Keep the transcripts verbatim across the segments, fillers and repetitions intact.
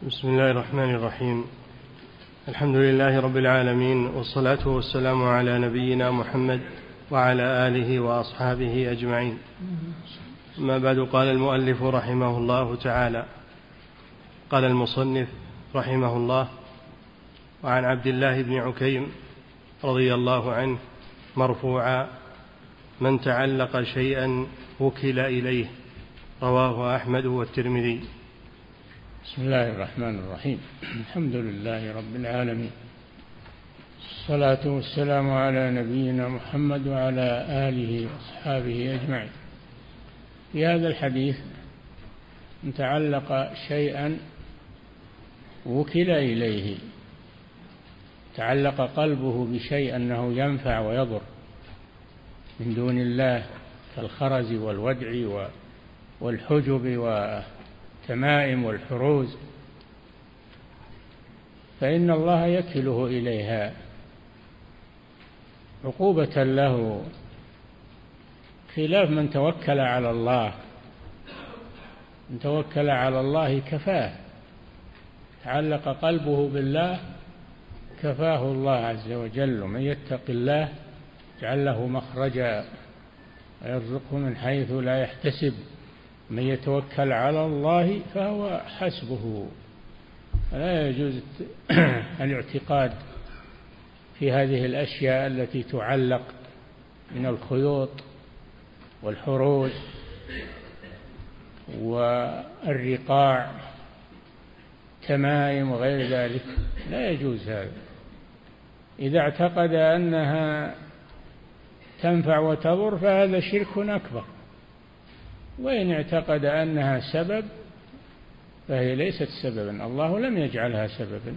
بسم الله الرحمن الرحيم. الحمد لله رب العالمين، والصلاة والسلام على نبينا محمد وعلى آله وأصحابه أجمعين. ما بعد، قال المؤلف رحمه الله تعالى: قال المصنف رحمه الله: وعن عبد الله بن عكيم رضي الله عنه مرفوعا: من تعلق شيئا وكل إليه. رواه أحمد والترمذي. بسم الله الرحمن الرحيم. الحمد لله رب العالمين، الصلاة والسلام على نبينا محمد وعلى آله وأصحابه أجمعين. في هذا الحديث: من تعلق شيئا وكل إليه، تعلق قلبه بشيء أنه ينفع ويضر من دون الله، كالخرز والودع والحجب والتمائم والحروز، فإن الله يكله إليها عقوبة له، خلاف من توكل على الله. من توكل على الله كفاه، تعلق قلبه بالله كفاه الله عز وجل. ومن يتق الله يجعل له مخرجا ويرزقه من حيث لا يحتسب. من يتوكل على الله فهو حسبه. فلا يجوز الاعتقاد في هذه الأشياء التي تعلق من الخيوط والحروز والرقاع، تمائم وغير ذلك، لا يجوز هذا. إذا اعتقد أنها تنفع وتضر فهذا شرك أكبر، وإن اعتقد أنها سبب فهي ليست سببا، الله لم يجعلها سببا.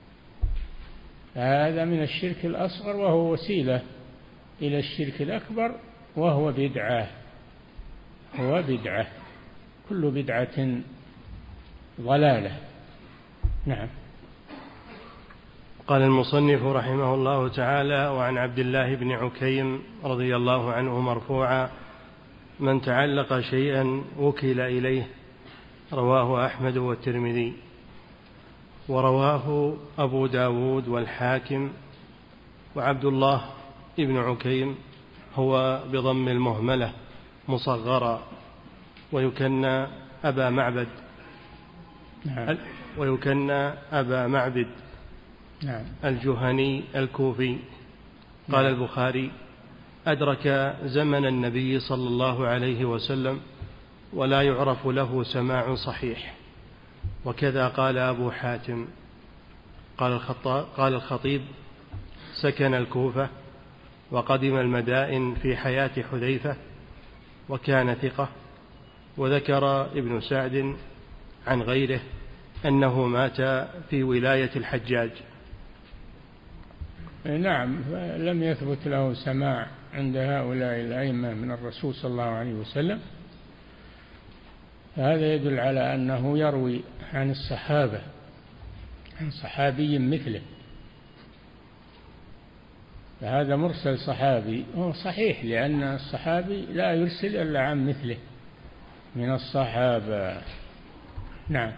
هذا من الشرك الأصغر، وهو وسيلة إلى الشرك الأكبر، وهو بدعة. هو بدعة، كل بدعة ضلالة. نعم. قال المصنف رحمه الله تعالى: وعن عبد الله بن عكيم رضي الله عنه مرفوعا: من تعلق شيئا وكل إليه. رواه أحمد والترمذي. ورواه أبو داود والحاكم. وعبد الله بن عكيم هو بضم المهملة مصغرا، ويكنى أبا معبد. نعم. ويكنى أبا معبد نعم. الجهني الكوفي. قال نعم. البخاري: أدرك زمن النبي صلى الله عليه وسلم ولا يعرف له سماع صحيح. وكذا قال أبو حاتم. قال قال الخطيب: سكن الكوفة وقدم المدائن في حياة حذيفة، وكان ثقة. وذكر ابن سعد عن غيره أنه مات في ولاية الحجاج. نعم. لم يثبت له سماع عند هؤلاء الأئمة من الرسول صلى الله عليه وسلم. هذا يدل على أنه يروي عن الصحابة، عن صحابي مثله، فهذا مرسل صحابي. هو صحيح، لأن الصحابي لا يرسل إلا عن مثله من الصحابة. نعم.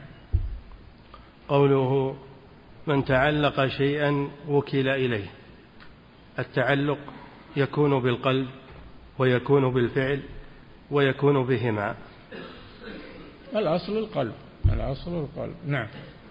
قوله: من تعلق شيئا وكل إليه. التعلق يكون بالقلب، ويكون بالفعل، ويكون بهما. الأصل القلب، الأصل القلب. نعم.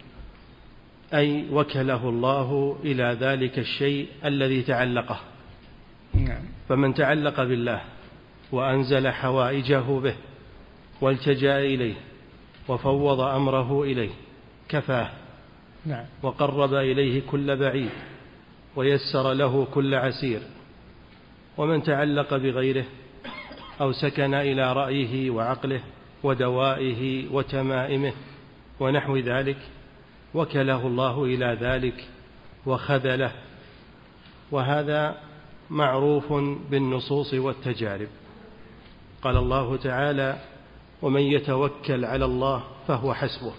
أي وكله الله إلى ذلك الشيء الذي تعلقه. نعم. فمن تعلق بالله وأنزل حوائجه به والتجأ إليه وفوض أمره إليه كفاه. نعم. وقرب إليه كل بعيد ويسر له كل عسير. ومن تعلق بغيره أو سكن إلى رأيه وعقله ودوائه وتمائمه ونحو ذلك وكله الله إلى ذلك وخذله. وهذا معروف بالنصوص والتجارب. قال الله تعالى: ومن يتوكل على الله فهو حسبه.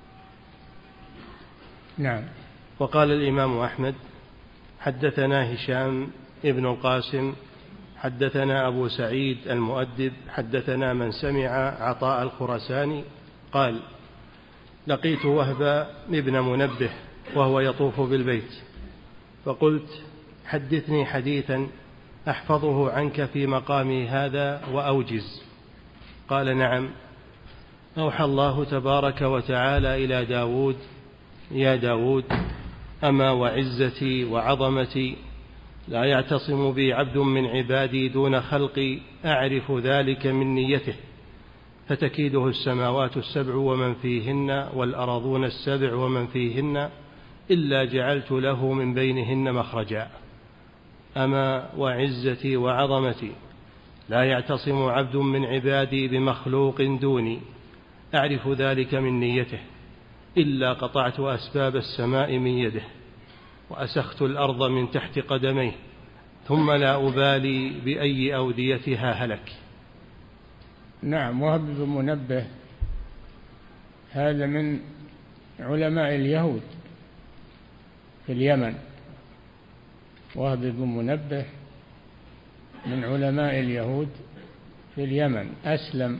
نعم. وقال الإمام أحمد: حدثنا هشام ابن القاسم حدثنا أبو سعيد المؤدب حدثنا من سمع عطاء الخرساني قال: لقيت وهب ابن منبه وهو يطوف بالبيت، فقلت: حدثني حديثا أحفظه عنك في مقامي هذا وأوجز. قال: نعم. أوحى الله تبارك وتعالى إلى داود: يا داود، أما وعزتي وعظمتي لا يعتصم بي عبد من عبادي دون خلقي أعرف ذلك من نيته، فتكيده السماوات السبع ومن فيهن والأرضون السبع ومن فيهن إلا جعلت له من بينهن مخرجا. أما وعزتي وعظمتي لا يعتصم عبد من عبادي بمخلوق دوني أعرف ذلك من نيته، إلا قطعت أسباب السماء من يده وأسخت الأرض من تحت قدميه، ثم لا أبالي بأي أوديتها هلك. نعم. وهب بن منبه هذا من علماء اليهود في اليمن. وهب بن منبه من علماء اليهود في اليمن، أسلم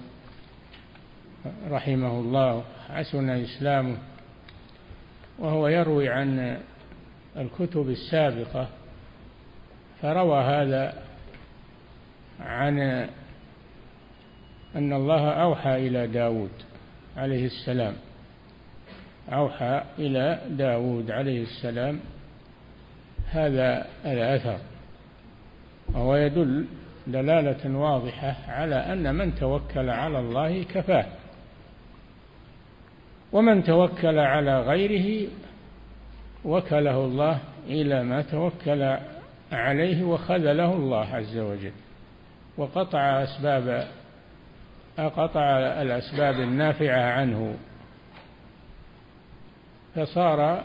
رحمه الله، حسن إسلامه، وهو يروي عن الكتب السابقة، فروى هذا عن أن الله أوحى إلى داود عليه السلام، أوحى إلى داود عليه السلام هذا الأثر، وهو يدل دلالة واضحة على أن من توكل على الله كفاه، ومن توكل على غيره وكله الله إلى ما توكل عليه وخذله الله عز وجل، وقطع أسباب قطع الأسباب النافعة عنه، فصار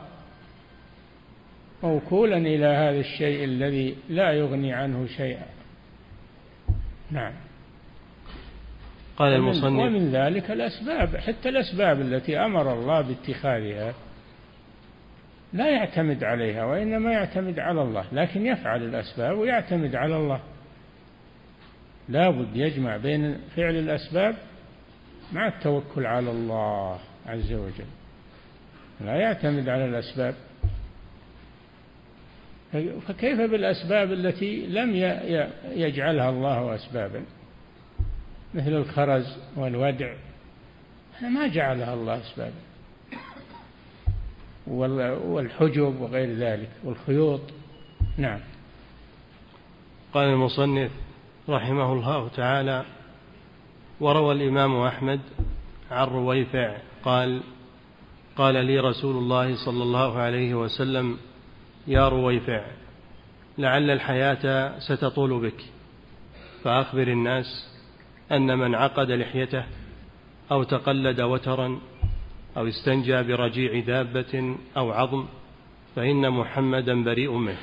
موكولا إلى هذا الشيء الذي لا يغني عنه شيئا. نعم. قال المصنف: ومن ذلك الأسباب، حتى الأسباب التي أمر الله باتخاذها لا يعتمد عليها، وإنما يعتمد على الله، لكن يفعل الأسباب ويعتمد على الله. لا بد يجمع بين فعل الأسباب مع التوكل على الله عز وجل، لا يعتمد على الأسباب. فكيف بالأسباب التي لم يجعلها الله أسبابا، مثل الخرز والودع، ما جعلها الله أسبابا، والحجب وغير ذلك والخيوط. نعم. قال المصنف رحمه الله تعالى: وروى الإمام أحمد عن رويفع قال: قال لي رسول الله صلى الله عليه وسلم: يا رويفع، لعل الحياة ستطول بك، فأخبر الناس أن من عقد لحيته أو تقلد وترا أو استنجى برجيع دابة أو عظم فإن محمدا بريء منه.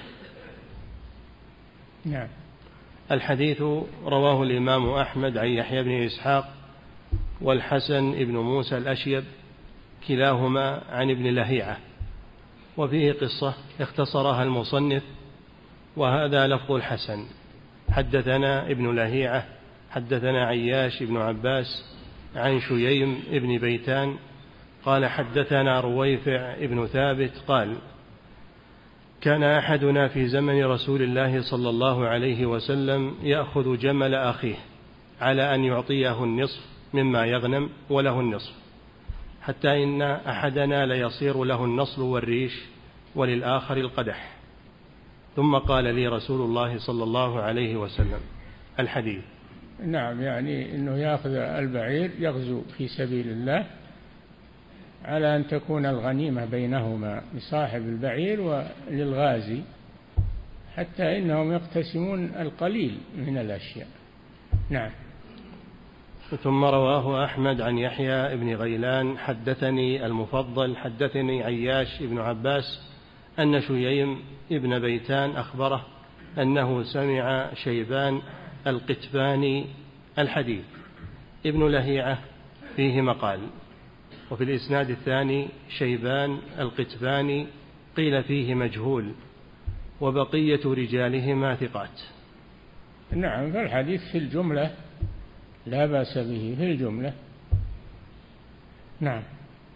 نعم. الحديث رواه الإمام أحمد عن يحيى بن إسحاق والحسن بن موسى الأشيب كلاهما عن ابن لهيعة، وفيه قصة اختصرها المصنف، وهذا لفظ الحسن: حدثنا ابن لهيعة حدثنا عياش بن عباس عن شييم ابن بيتان قال: حدثنا رويفع ابن ثابت قال: كان أحدنا في زمن رسول الله صلى الله عليه وسلم يأخذ جمل أخيه على أن يعطيه النصف مما يغنم وله النصف، حتى إن أحدنا ليصير له النصل والريش وللآخر القدح. ثم قال لي رسول الله صلى الله عليه وسلم. الحديث. نعم، يعني أنه يأخذ البعير يغزو في سبيل الله على أن تكون الغنيمة بينهما لصاحب البعير وللغازي، حتى إنهم يقتسمون القليل من الأشياء. نعم. ثم رواه أحمد عن يحيى بن غيلان حدثني المفضل حدثني عياش بن عباس أن شييم ابن بيتان أخبره أنه سمع شيبان القتباني. الحديث. ابن لهيعة فيه مقال، وفي الإسناد الثاني شيبان القتباني قيل فيه مجهول، وبقية رجالهما ثقات. نعم، فالحديث في الجملة لا بأس به في الجملة. نعم.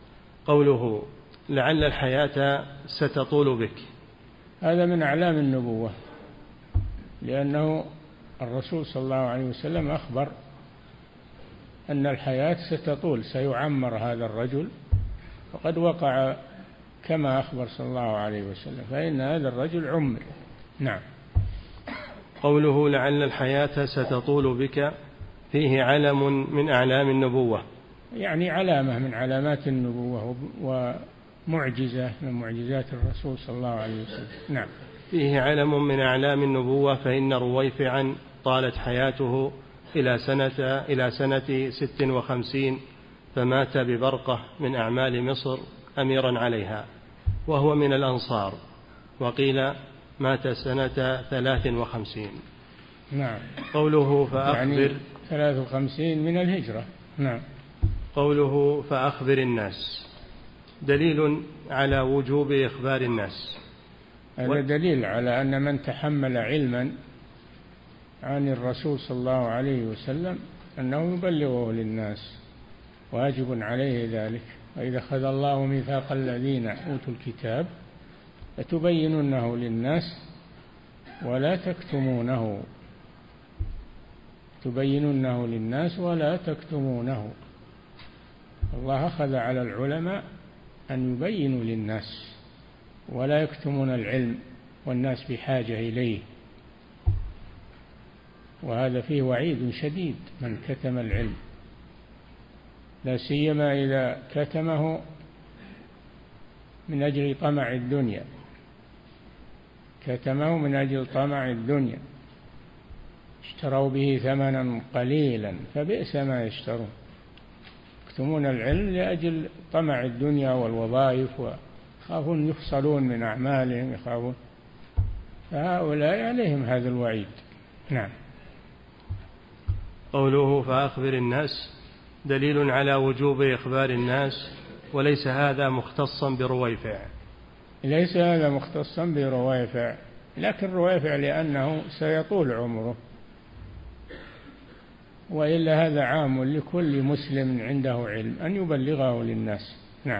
قوله لعل الحياة ستطول بك، هذا من أعلام النبوة، لأنه الرسول صلى الله عليه وسلم أخبر أن الحياة ستطول، سيعمر هذا الرجل، وقد وقع كما أخبر صلى الله عليه وسلم، فإن هذا الرجل عمر. نعم. قوله لعل الحياة ستطول بك فيه علم من أعلام النبوة، يعني علامة من علامات النبوة ومعجزة من معجزات الرسول صلى الله عليه وسلم. نعم. فيه علم من أعلام النبوة، فإن رويفعا طالت حياته إلى سنة إلى سنة ست وخمسين، فمات ببرقة من أعمال مصر أميرا عليها، وهو من الأنصار، وقيل مات سنة ثلاث وخمسين. نعم. قوله فأخبر يعني ثلاث وخمسين من الهجرة. نعم. قوله فأخبر الناس دليل على وجوب إخبار الناس، هذا دليل على أن من تحمل علما عن الرسول صلى الله عليه وسلم أنه يبلغه للناس، واجب عليه ذلك. وإذا أخذ الله ميثاق الذين أوتوا الكتاب لتبيننه للناس ولا تكتمونه تبيننه للناس ولا تكتمونه. الله أخذ على العلماء أن يبينوا للناس ولا يكتمون العلم والناس بحاجة إليه، وهذا فيه وعيد شديد من كتم العلم، لا سيما إذا كتمه من أجل طمع الدنيا كتمه من أجل طمع الدنيا اشتروا به ثمنا قليلا فبئس ما يشترون. يكتمون العلم لأجل طمع الدنيا والوظائف، ويخافون يفصلون من أعمالهم، يخافون، فهؤلاء عليهم هذا الوعيد. نعم. قوله فأخبر الناس دليل على وجوب إخبار الناس، وليس هذا مختصا برويفع. ليس هذا مختصا برويفع، لكن رويفع لأنه سيطول عمره، وإلا هذا عام لكل مسلم عنده علم أن يبلغه للناس. نعم.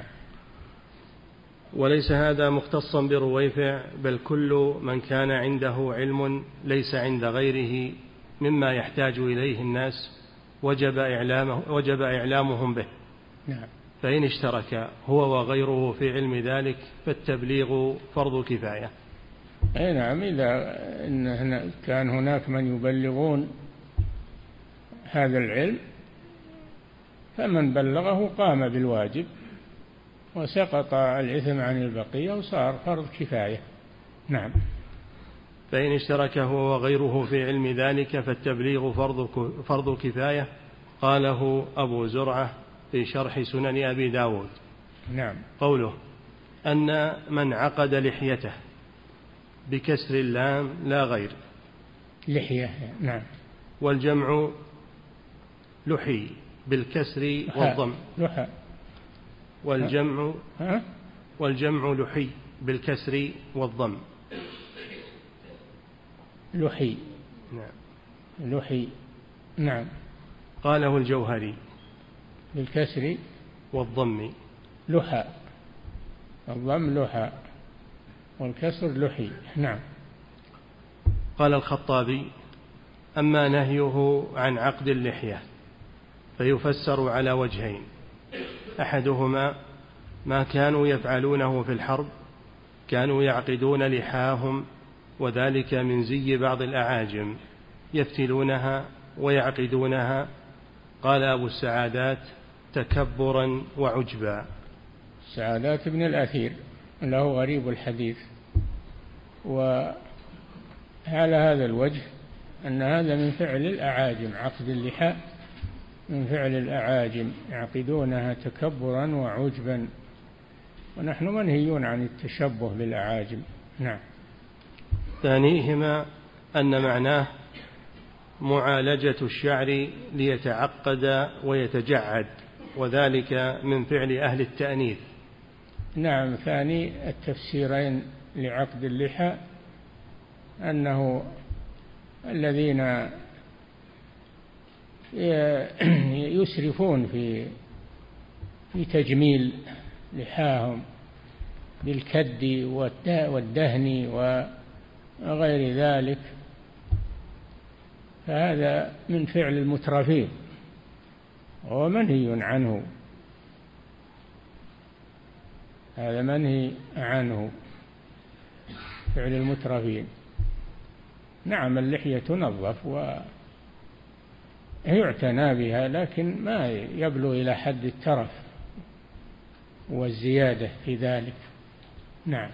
وليس هذا مختصا برويفع، بل كل من كان عنده علم ليس عند غيره مما يحتاج إليه الناس وجب إعلامه وجب إعلامهم به. نعم. فإن اشترك هو وغيره في علم ذلك فالتبليغ فرض كفاية. أي نعم. إذا إن كان هناك من يبلغون هذا العلم فمن بلغه قام بالواجب وسقط الإثم عن البقية وصار فرض كفاية. نعم. فإن اشترك هو وغيره في علم ذلك فالتبليغ فرض فرض كفاية، قاله أبو زرعة في شرح سنن أبي داود. نعم. قوله أن من عقد لحيته بكسر اللام لا غير لحية. نعم. والجمع لحي بالكسر والضم. لحى. والجمع ها؟ والجمع لحي بالكسر والضم. لحي. نعم. لحي. نعم. قاله الجوهري بالكسر والضم. لحى. الضم لحى والكسر لحي. نعم. قال الخطابي أما نهيه عن عقد اللحية فيفسر على وجهين، أحدهما ما كانوا يفعلونه في الحرب، كانوا يعقدون لحاهم، وذلك من زي بعض الأعاجم يفتلونها ويعقدونها. قال أبو السعادات تكبرا وعجبا. السعادات بن الأثير له غريب الحديث، وعلى هذا الوجه أن هذا من فعل الأعاجم، عقد اللحى من فعل الأعاجم يعقدونها تكبرا وعجبا، ونحن منهيون عن التشبه بالأعاجم. نعم. ثانيهما أن معناه معالجة الشعر ليتعقد ويتجعد، وذلك من فعل أهل التأنيث. نعم. ثاني التفسيرين لعقد اللحى أنه الذين يسرفون في في تجميل لحاهم بالكد والدهن وغير ذلك، فهذا من فعل المترفين وهو منهي عنه، هذا منهي عنه فعل المترفين. نعم اللحية تنظف ويعتنى بها، لكن ما يبلغ إلى حد الترف والزيادة في ذلك. نعم.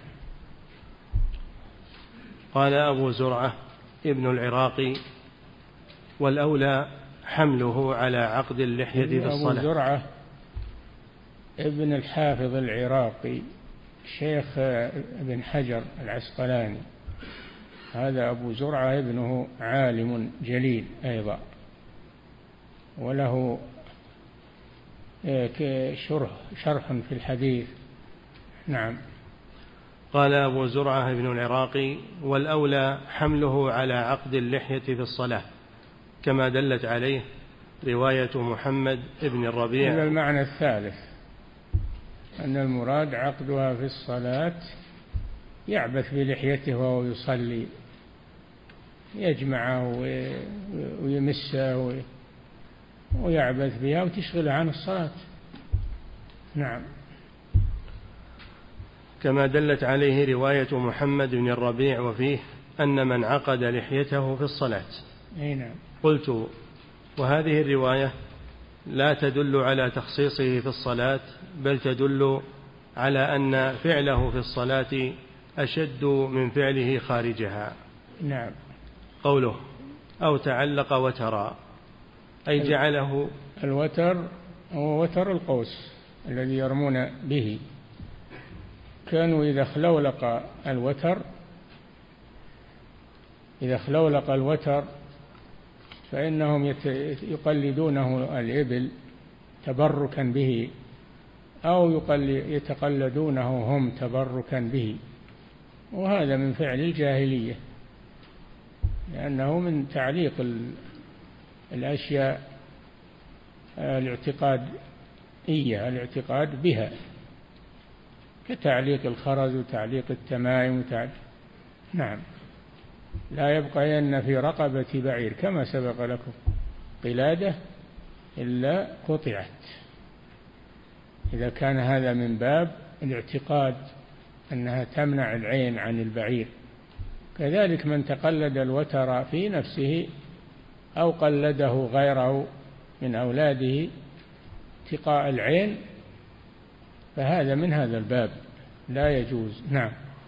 قال أبو زرعة ابن العراقي: والأولى حمله على عقد اللحية في الصلاة. أبو زرعة ابن الحافظ العراقي شيخ ابن حجر العسقلاني، هذا أبو زرعة ابنه عالم جليل أيضا، وله شرح شرح في الحديث. نعم. قال أبو زرعة ابن العراقي: والأولى حمله على عقد اللحية في الصلاة، كما دلت عليه رواية محمد ابن الربيع. هذا المعنى الثالث، أن المراد عقدها في الصلاة، يعبث بلحيته وهو يصلي، يجمعه ويمسه ويعبث بها وتشغل عن الصلاة. نعم. كما دلت عليه رواية محمد بن الربيع وفيه أن من عقد لحيته في الصلاة. أي نعم. قلت: وهذه الرواية لا تدل على تخصيصه في الصلاة، بل تدل على أن فعله في الصلاة أشد من فعله خارجها. نعم. قوله: أو تعلق وترا، أي جعله. الوتر هو وتر القوس الذي يرمون به، كانوا إذا خلولق الوتر إذا خلولق الوتر فإنهم يقلدونه الإبل تبركا به، أو يتقلدونه هم تبركا به، وهذا من فعل الجاهلية، لأنه من تعليق الأشياء الاعتقادية الاعتقاد بها، كتعليق الخرز وتعليق التمائم وتعليق. نعم. لا يبقين في رقبة بعير كما سبق لكم قلادة إلا قطعت، إذا كان هذا من باب الاعتقاد أنها تمنع العين عن البعير. كذلك من تقلد الوتر في نفسه أو قلده غيره من أولاده اتقاء العين، فهذا من هذا الباب لا يجوز. نعم.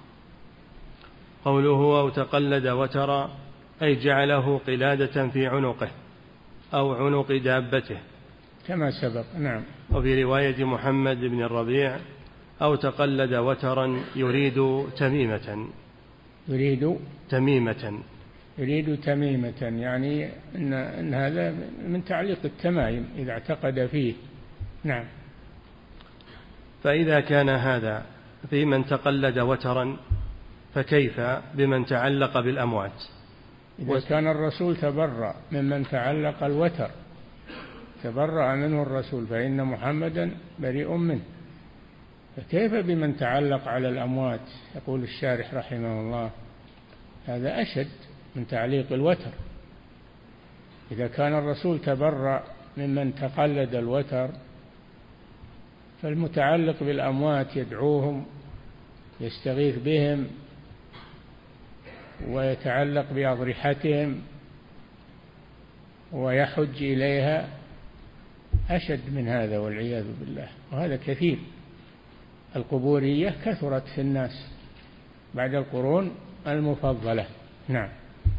قوله: أو تقلد وترا، أي جعله قلادة في عنقه أو عنق دابته كما سبق. نعم. وفي رواية محمد بن الربيع: أو تقلد وترا يريد تميمة. يريد تميمة يريد تميمة يعني إن, إن هذا من تعليق التمائم إذا اعتقد فيه. نعم. فإذا كان هذا في من تقلد وترا، فكيف بمن تعلق بالأموات؟ إذا كان الرسول تبرأ ممن تعلق الوتر، تبرأ منه الرسول، فإن محمدا بريء منه، فكيف بمن تعلق على الأموات؟ يقول الشارح رحمه الله: هذا أشد من تعليق الوتر. إذا كان الرسول تبرأ ممن تقلد الوتر، فالمتعلق بالأموات يدعوهم، يستغيث بهم، ويتعلق بأضرحتهم ويحج إليها، أشد من هذا والعياذ بالله. وهذا كثير، القبورية كثرت في الناس بعد القرون المفضلة. نعم.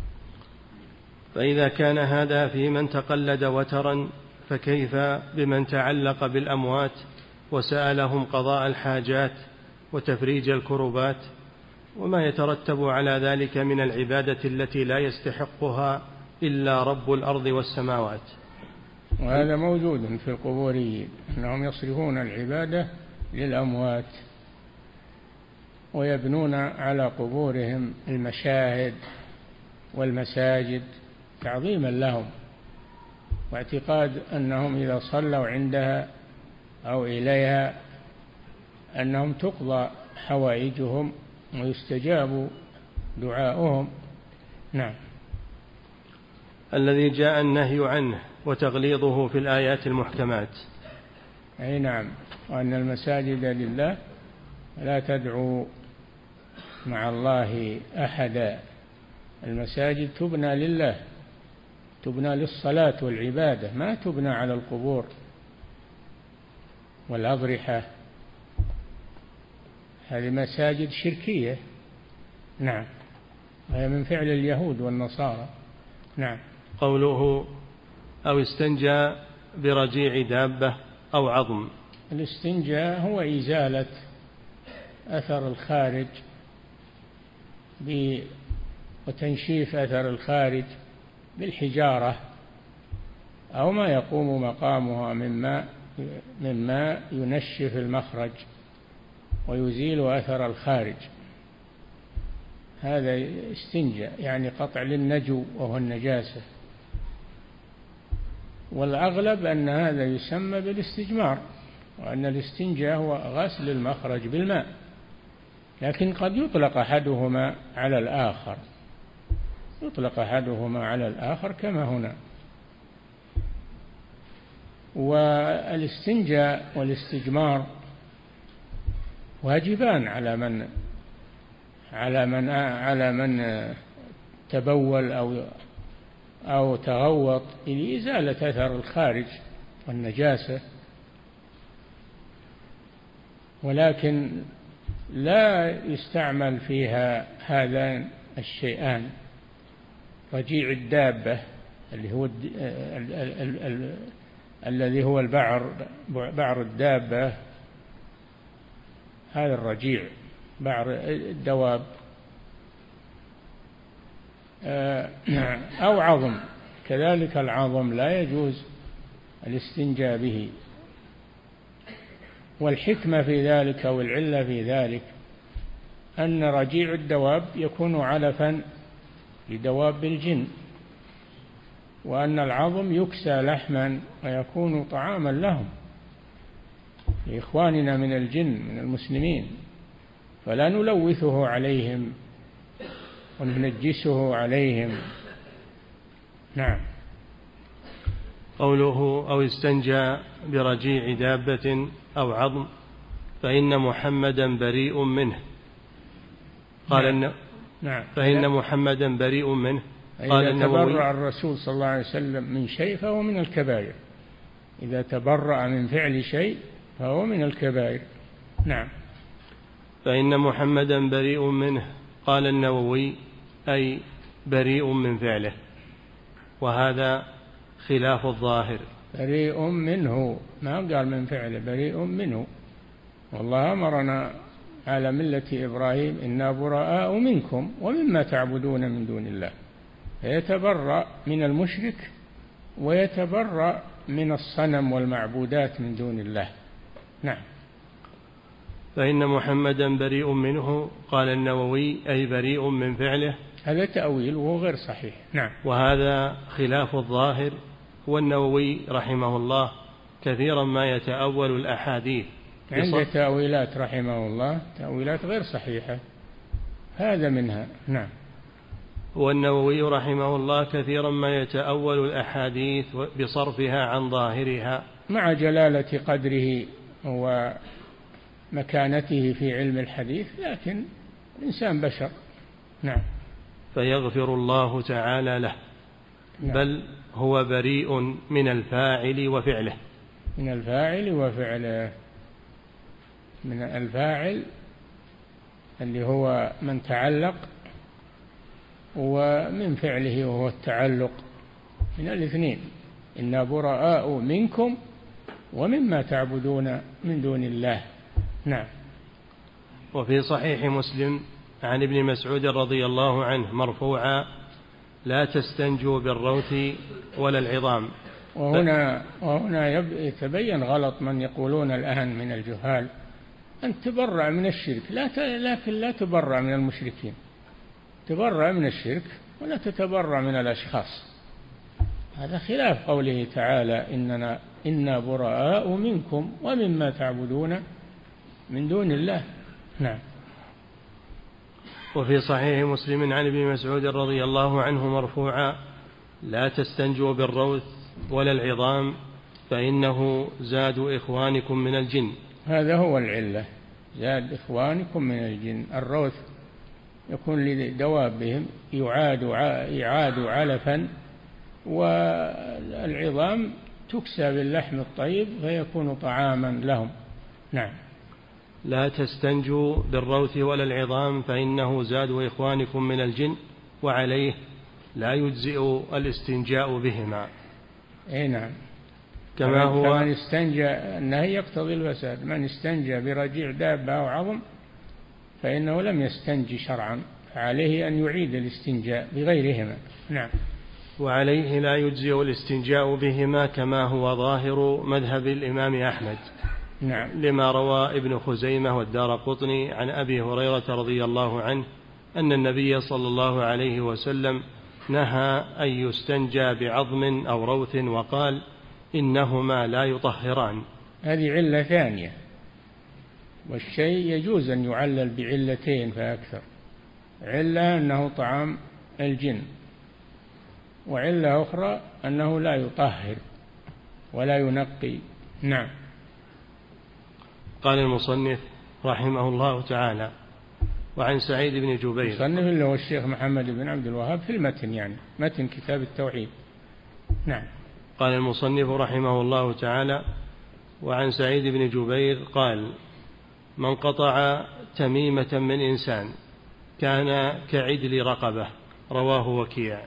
فإذا كان هذا في من تقلد وترا، فكيف بمن تعلق بالأموات وسألهم قضاء الحاجات وتفريج الكربات وما يترتب على ذلك من العبادة التي لا يستحقها إلا رب الأرض والسماوات؟ وهذا موجود في القبوريين، أنهم يصرفون العبادة للأموات ويبنون على قبورهم المشاهد والمساجد تعظيما لهم، واعتقاد أنهم إذا صلوا عندها أو إليها أنهم تقضى حوائجهم ويستجاب دعاؤهم. نعم. الذي جاء النهي عنه وتغليظه في الآيات المحكمات. أي نعم، وأن المساجد لله لا تدعوا مع الله أحدا. المساجد تبنى لله، تبنى للصلاة والعبادة، ما تبنى على القبور والأضرحة. هذه مساجد شركية. نعم، وهي من فعل اليهود والنصارى. نعم. قوله أو استنجى برجيع دابة أو عظم. الاستنجاء هو إزالة أثر الخارج وتنشيف أثر الخارج بالحجارة أو ما يقوم مقامها مما مما ينشف المخرج ويزيل أثر الخارج. هذا استنجاء، يعني قطع للنجو وهو النجاسة. والأغلب أن هذا يسمى بالاستجمار، وأن الاستنجاء هو غسل المخرج بالماء، لكن قد يطلق أحدهما على الآخر، يطلق أحدهما على الآخر كما هنا. والاستنجاء والاستجمار واجبان على من على من على من تبول أو أو تغوط لإزالة أثر الخارج والنجاسة، ولكن لا يستعمل فيها هذان الشيئان، رجيع الدابة اللي هو الذي هو البعر بعر الدابة، هذا الرجيع بعر الدواب، أو عظم، كذلك العظم لا يجوز الاستنجاء به. والحكمة في ذلك أو العلة في ذلك أن رجيع الدواب يكون علفا لدواب الجن، وأن العظم يكسى لحما ويكون طعاما لهم لإخواننا من الجن من المسلمين، فلا نلوثه عليهم وننجسه عليهم. نعم. قوله أو استنجى برجيع دابة أو عظم فإن محمدا بريء منه. قال نعم. إن نعم. فإن محمدا بريء منه. قال إذا تبرأ الرسول صلى الله عليه وسلم من شيء فهو من الكبائر، إذا تبرأ من فعل شيء فهو من الكبائر. نعم. فإن محمدا بريء منه. قال النووي أي بريء من فعله، وهذا خلاف الظاهر. بريء منه، ما قال من فعله، بريء منه. والله أمرنا على ملة إبراهيم إنا براء منكم ومما تعبدون من دون الله، فيتبرأ من المشرك ويتبرأ من الصنم والمعبودات من دون الله. نعم. فإن محمدا بريء منه. قال النووي أي بريء من فعله. هذا تأويل وهو غير صحيح. نعم. وهذا خلاف الظاهر. والنووي رحمه الله كثيرا ما يتأول الأحاديث، عنده تأويلات رحمه الله، تأويلات غير صحيحة، هذا منها. نعم. والنووي رحمه الله كثيرا ما يتأول الأحاديث بصرفها عن ظاهرها، مع جلالة قدره ومكانته في علم الحديث، لكن الإنسان بشر. نعم. فيغفر الله تعالى له. نعم. بل هو بريء من الفاعل وفعله. من الفاعل وفعله. من الفاعل اللي هو من تعلق، ومن فعله وهو التعلق، من الاثنين. إنا براء منكم ومما تعبدون من دون الله. نعم. وفي صحيح مسلم عن ابن مسعود رضي الله عنه مرفوعا لا تستنجوا بالروث ولا العظام. وهنا, وهنا يتبين غلط من يقولون الآن من الجهال أن تبرأ من الشرك، لا لكن لا تبرأ من المشركين، تبرأ من الشرك ولا تتبرأ من الأشخاص. هذا خلاف قوله تعالى إننا إنا براء منكم ومما تعبدون من دون الله. نعم. وفي صحيح مسلم عن ابن مسعود رضي الله عنه مرفوعا: لا تستنجوا بالروث ولا العظام فإنه زاد إخوانكم من الجن. هذا هو العلة، زاد إخوانكم من الجن. الروث يكون لدوابهم يعاد يعاد علفا، والعظام تكسى باللحم الطيب فيكون طعاما لهم. نعم. لا تستنجوا بالروث ولا العظام فإنه زاد إخوانكم من الجن، وعليه لا يجزئ الاستنجاء بهما. اي نعم. كما هو من استنجى، النهي يقتضي الفساد. من استنجى برجيع دابة أو عظم فإنه لم يستنجي شرعا، فعليه أن يعيد الاستنجاء بغيرهما. نعم. وعليه لا يجزئ الاستنجاء بهما كما هو ظاهر مذهب الإمام أحمد. نعم. لما روى ابن خزيمة والدارقطني عن أبي هريرة رضي الله عنه أن النبي صلى الله عليه وسلم نهى أن يستنجى بعظم أو روث، وقال: إنهما لا يطهران. هذه علة ثانية، والشيء يجوز أن يعلل بعلتين فأكثر. علة أنه طعام الجن، وعلة أخرى أنه لا يطهر ولا ينقي. نعم. قال المصنف رحمه الله تعالى: وعن سعيد بن جبير. المصنف اللي هو الشيخ محمد بن عبد الوهاب في المتن، يعني متن كتاب التوحيد. نعم. قال المصنف رحمه الله تعالى: وعن سعيد بن جبير قال: من قطع تميمة من إنسان كان كعدل رقبة. رواه وكيع.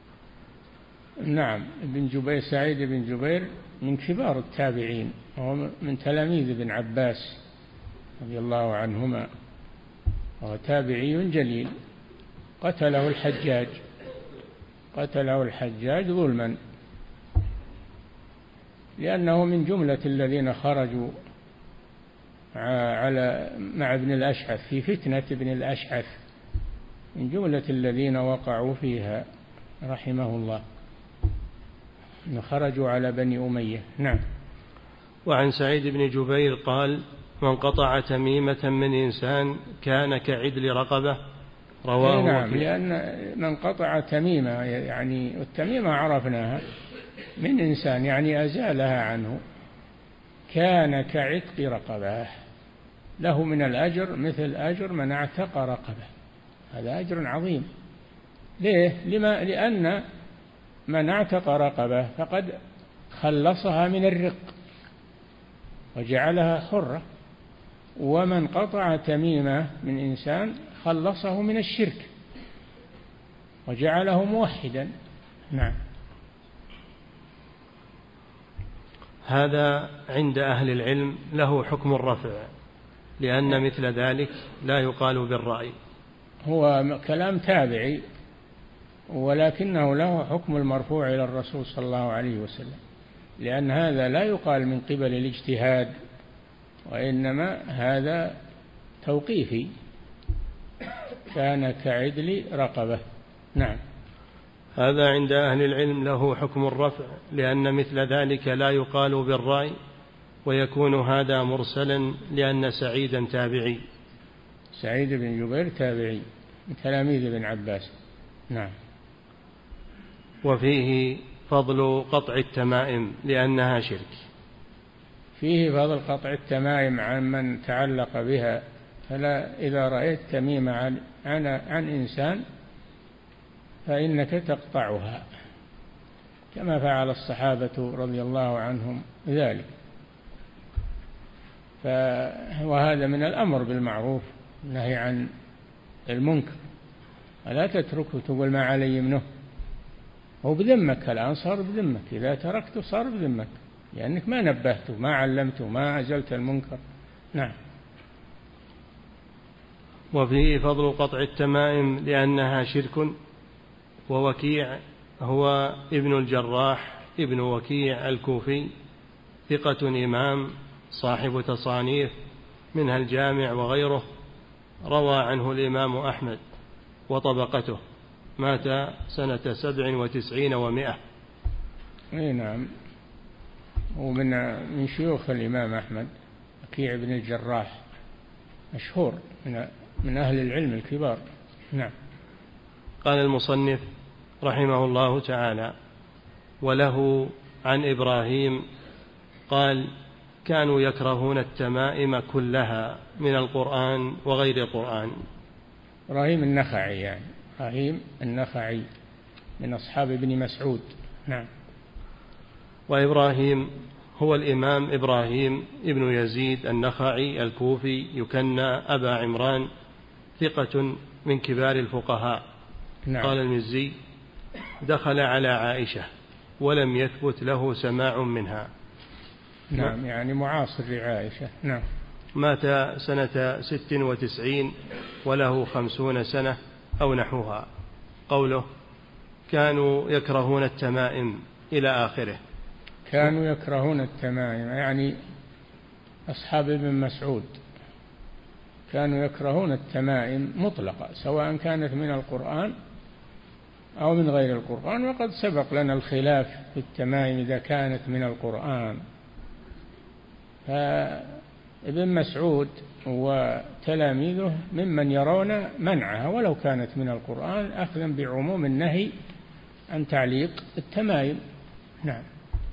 نعم. ابن جبير، سعيد بن جبير من كبار التابعين، وهو من تلاميذ ابن عباس رضي الله عنهما، وهو تابعي جليل. قتله الحجاج قتله الحجاج ظلما، لأنه من جملة الذين خرجوا على مع ابن الأشعث في فتنة ابن الأشعث، من جملة الذين وقعوا فيها رحمه الله، خرجوا على بني أمية. نعم. وعن سعيد بن جبير قال: من قطع تميمة من إنسان كان كعدل رقبة. رواه. نعم. لأن من قطع تميمة، يعني التميمة عرفناها من إنسان، يعني أزالها عنه، كان كعتق رقبة، له من الأجر مثل أجر من اعتق رقبة. هذا أجر عظيم. ليه؟ لما؟ لأن من اعتق رقبة فقد خلصها من الرق وجعلها حرة، ومن قطع تميمة من إنسان خلصه من الشرك وجعله موحدا. نعم. هذا عند أهل العلم له حكم الرفع، لأن مثل ذلك لا يقال بالرأي. هو كلام تابعي، ولكنه له حكم المرفوع إلى الرسول صلى الله عليه وسلم، لأن هذا لا يقال من قبل الاجتهاد، وإنما هذا توقيفي. كان كعدل رقبة. نعم. هذا عند أهل العلم له حكم الرفع، لأن مثل ذلك لا يقال بالرأي، ويكون هذا مرسلا لأن سعيدا تابعي. سعيد بن جبير تابعي من تلاميذ ابن عباس. نعم. وفيه فضل قطع التمائم لأنها شرك. فيه فضل قطع التمائم عن من تعلق بها. فلا إذا رأيت تميمة عن, عن, عن إنسان فإنك تقطعها، كما فعل الصحابة رضي الله عنهم ذلك. وهذا من الأمر بالمعروف والنهي عن المنكر. ولا تتركه تقول ما علي منه، هو بذمك الآن، صار بذمك. إذا تركته صار بذمك، لأنك ما نبهته، ما علمته، ما أزلت المنكر. نعم. وفيه فضل قطع التمائم لأنها شرك. ووكيع هو ابن الجراح ابن وكيع الكوفي، ثقة إمام صاحب تصانيف منها الجامع وغيره، روى عنه الإمام أحمد وطبقته، مات سنة سبع وتسعين ومائة. اي نعم. ومن من شيوخ الإمام أحمد وكيع بن الجراح مشهور من من أهل العلم الكبار. نعم. قال المصنف رحمه الله تعالى: وله عن إبراهيم قال: كانوا يكرهون التمائم كلها من القرآن وغير القرآن. إبراهيم النخعي يعني إبراهيم النخعي من أصحاب ابن مسعود. نعم. وإبراهيم هو الإمام إبراهيم ابن يزيد النخعي الكوفي يكنى أبا عمران، ثقة من كبار الفقهاء. نعم. قال المزي: دخل على عائشة ولم يثبت له سماع منها. نعم، يعني معاصر لعائشة. نعم. مات سنة ست وتسعين وله خمسون سنة أو نحوها. قوله: كانوا يكرهون التمائم إلى آخره. كانوا يكرهون التمائم يعني أصحاب ابن مسعود كانوا يكرهون التمائم مطلقة، سواء كانت من القرآن أو من غير القرآن، وقد سبق لنا الخلاف في التمائم إذا كانت من القرآن. فابن مسعود وتلاميذه ممن يرون منعها ولو كانت من القرآن، أخذا بعموم النهي عن تعليق التمائم. نعم.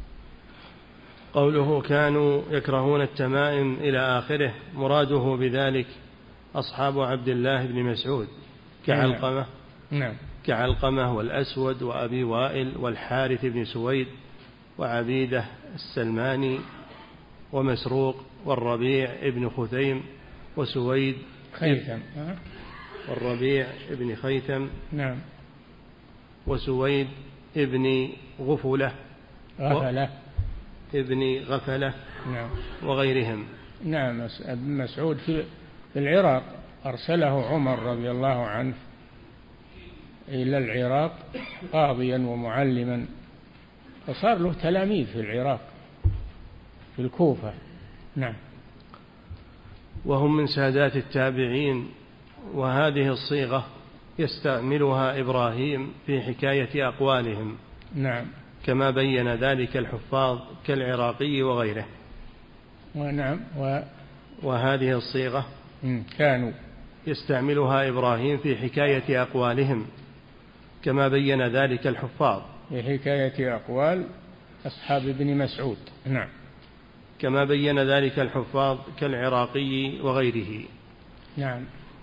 قوله: كانوا يكرهون التمائم إلى آخره، مراده بذلك أصحاب عبد الله بن مسعود كعلقمة. نعم. كعلقمة والأسود وأبي وائل والحارث بن سويد وعبيدة السلماني ومسروق والربيع ابن خثيم وسويد خيثم والربيع ابن خيثم. نعم. وسويد ابن غفلة غفلة ابن غفلة. نعم. وغيرهم. نعم. ابن مسعود في العراق أرسله عمر رضي الله عنه إلى العراق قاضيا ومعلما، فصار له تلاميذ في العراق في الكوفة. نعم. وهم من سادات التابعين، وهذه الصيغة يستعملها إبراهيم في حكاية أقوالهم. نعم. كما بين ذلك الحفاظ كالعراقي وغيره. ونعم. و... وهذه الصيغة كانوا يستعملها إبراهيم في حكاية أقوالهم كما بين ذلك الحفاظ في حكاية أقوال أصحاب ابن مسعود. نعم. كما بين ذلك الحفاظ كالعراقي وغيره. نعم.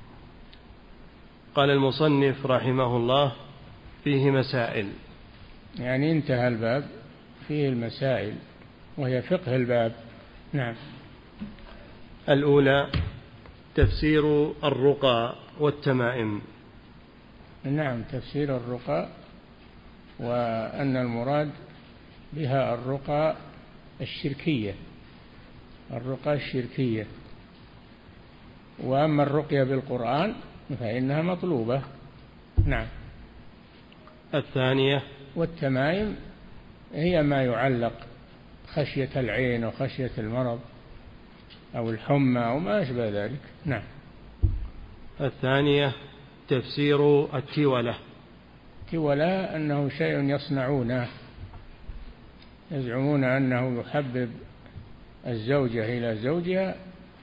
قال المصنف رحمه الله: فيه مسائل. يعني انتهى الباب، فيه المسائل وهي فقه الباب. نعم. الأولى: تفسير الرقى والتمائم. نعم. تفسير الرقى، وأن المراد بها الرقى الشركية، الرقى الشركية. وأما الرقية بالقرآن فإنها مطلوبة. نعم. الثانية: والتمائم هي ما يعلق خشية العين وخشية المرض أو الحمى أو ما أشبه ذلك. نعم. الثانية: تفسير التولة. التولة أنه شيء يصنعونه، يزعمون أنه يحبب الزوجة إلى زوجها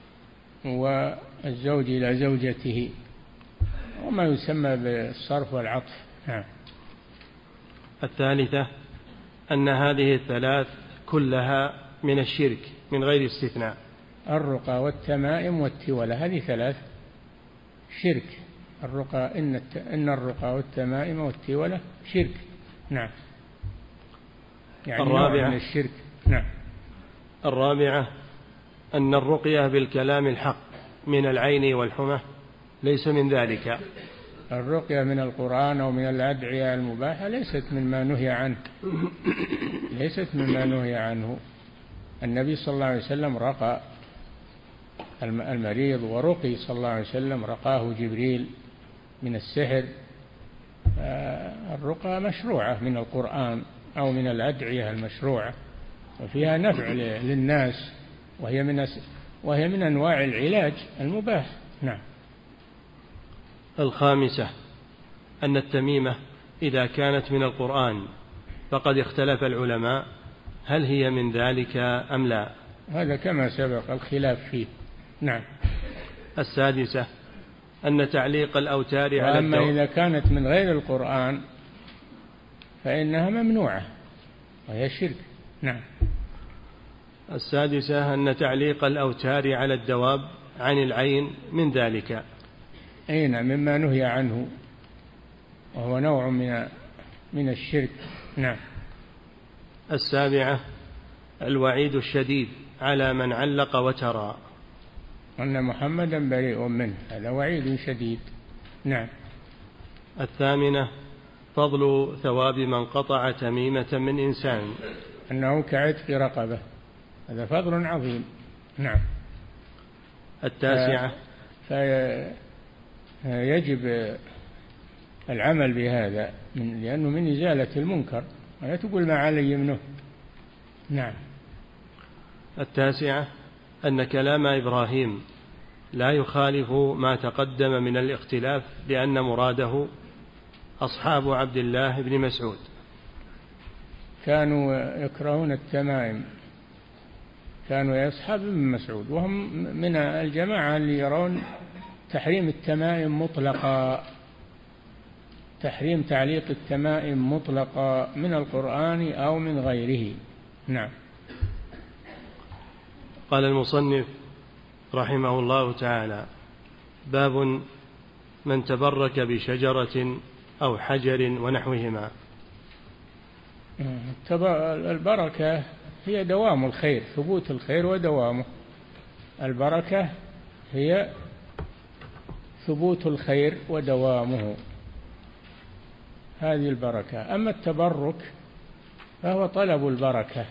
والزوج إلى زوجته، وما يسمى بالصرف والعطف. نعم. الثالثة: أن هذه الثلاث كلها من الشرك من غير استثناء. الرقى والتمائم والتولة هذه ثلاث شرك. الرقى إن, الت... إن الرقى والتمائم والتولة شرك. نعم. يعني الرابعة من الشرك. نعم. الرابعة: أن الرقية بالكلام الحق من العين والحمى ليس من ذلك. الرقية من القرآن أو من الأدعية المباحة ليست مما نهي عنه، ليست مما نهي عنه. النبي صلى الله عليه وسلم رقى المريض، ورقي صلى الله عليه وسلم رقاه جبريل من السحر. الرقى مشروعة من القرآن أو من الأدعية المشروعة، وفيها نفع للناس، وهي من وهي من أنواع العلاج المباح. نعم. الخامسة: أن التميمة إذا كانت من القرآن فقد اختلف العلماء هل هي من ذلك أم لا. هذا كما سبق الخلاف فيه. نعم. السادسة أن تعليق الأوتار على الدواب، وأما إذا كانت من غير القرآن فإنها ممنوعة وهي شرك. نعم. السادسة أن تعليق الأوتار على الدواب عن العين من ذلك، أي نعم، مما نهي عنه، وهو نوع من من الشرك. نعم. السابعة الوعيد الشديد على من علق وترى، أن محمدا بريء منه، هذا وعيد شديد. نعم. الثامنة فضل ثواب من قطع تميمة من إنسان، أنه كعتق رقبة، هذا فضل عظيم. نعم. التاسعة فيجب العمل بهذا من لأنه من إزالة المنكر، ولا تقول ما علي منه. نعم. التاسعة أن كلام إبراهيم لا يخالف ما تقدم من الاختلاف، لأن مراده أصحاب عبد الله بن مسعود كانوا يكرهون التمائم، كانوا أصحاب ابن مسعود، وهم من الجماعة اللي يرون تحريم التمائم مطلقا، تحريم تعليق التمائم مطلقا من القرآن أو من غيره. نعم. قال المصنف رحمه الله تعالى: باب من تبرك بشجرة أو حجر ونحوهما. البركة هي دوام الخير، ثبوت الخير ودوامه. البركة هي ثبوت الخير ودوامه، هذه البركة. أما التبرك فهو طلب البركة،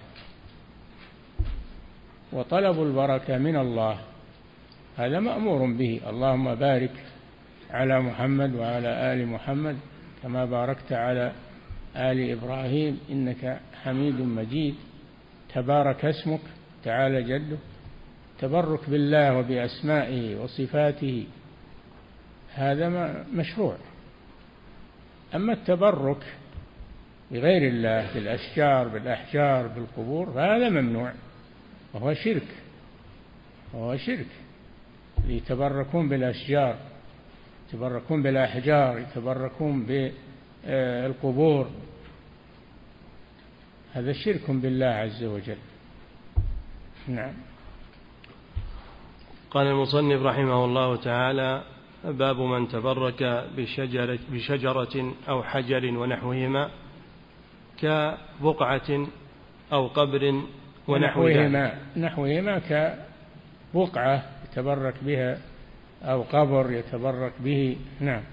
وطلب البركة من الله هذا مأمور به. اللهم بارك على محمد وعلى آل محمد كما باركت على آل إبراهيم إنك حميد مجيد، تبارك اسمك تعالى جده. تبرك بالله وبأسمائه وصفاته هذا مشروع. أما التبرك بغير الله بالأشجار بالأحجار بالقبور فهذا ممنوع، وهو شرك، وهو شرك. يتبركون بالأشجار، يتبركون بالأحجار، يتبركون بالقبور، هذا شرك بالله عز وجل. نعم. قال المصنف رحمه الله تعالى: باب من تبرك بشجرة, بشجرة أو حجر ونحوهما كبقعة أو قبر ونحوهما. نحوهما كبقعة يتبرك بها أو قبر يتبرك به. نعم.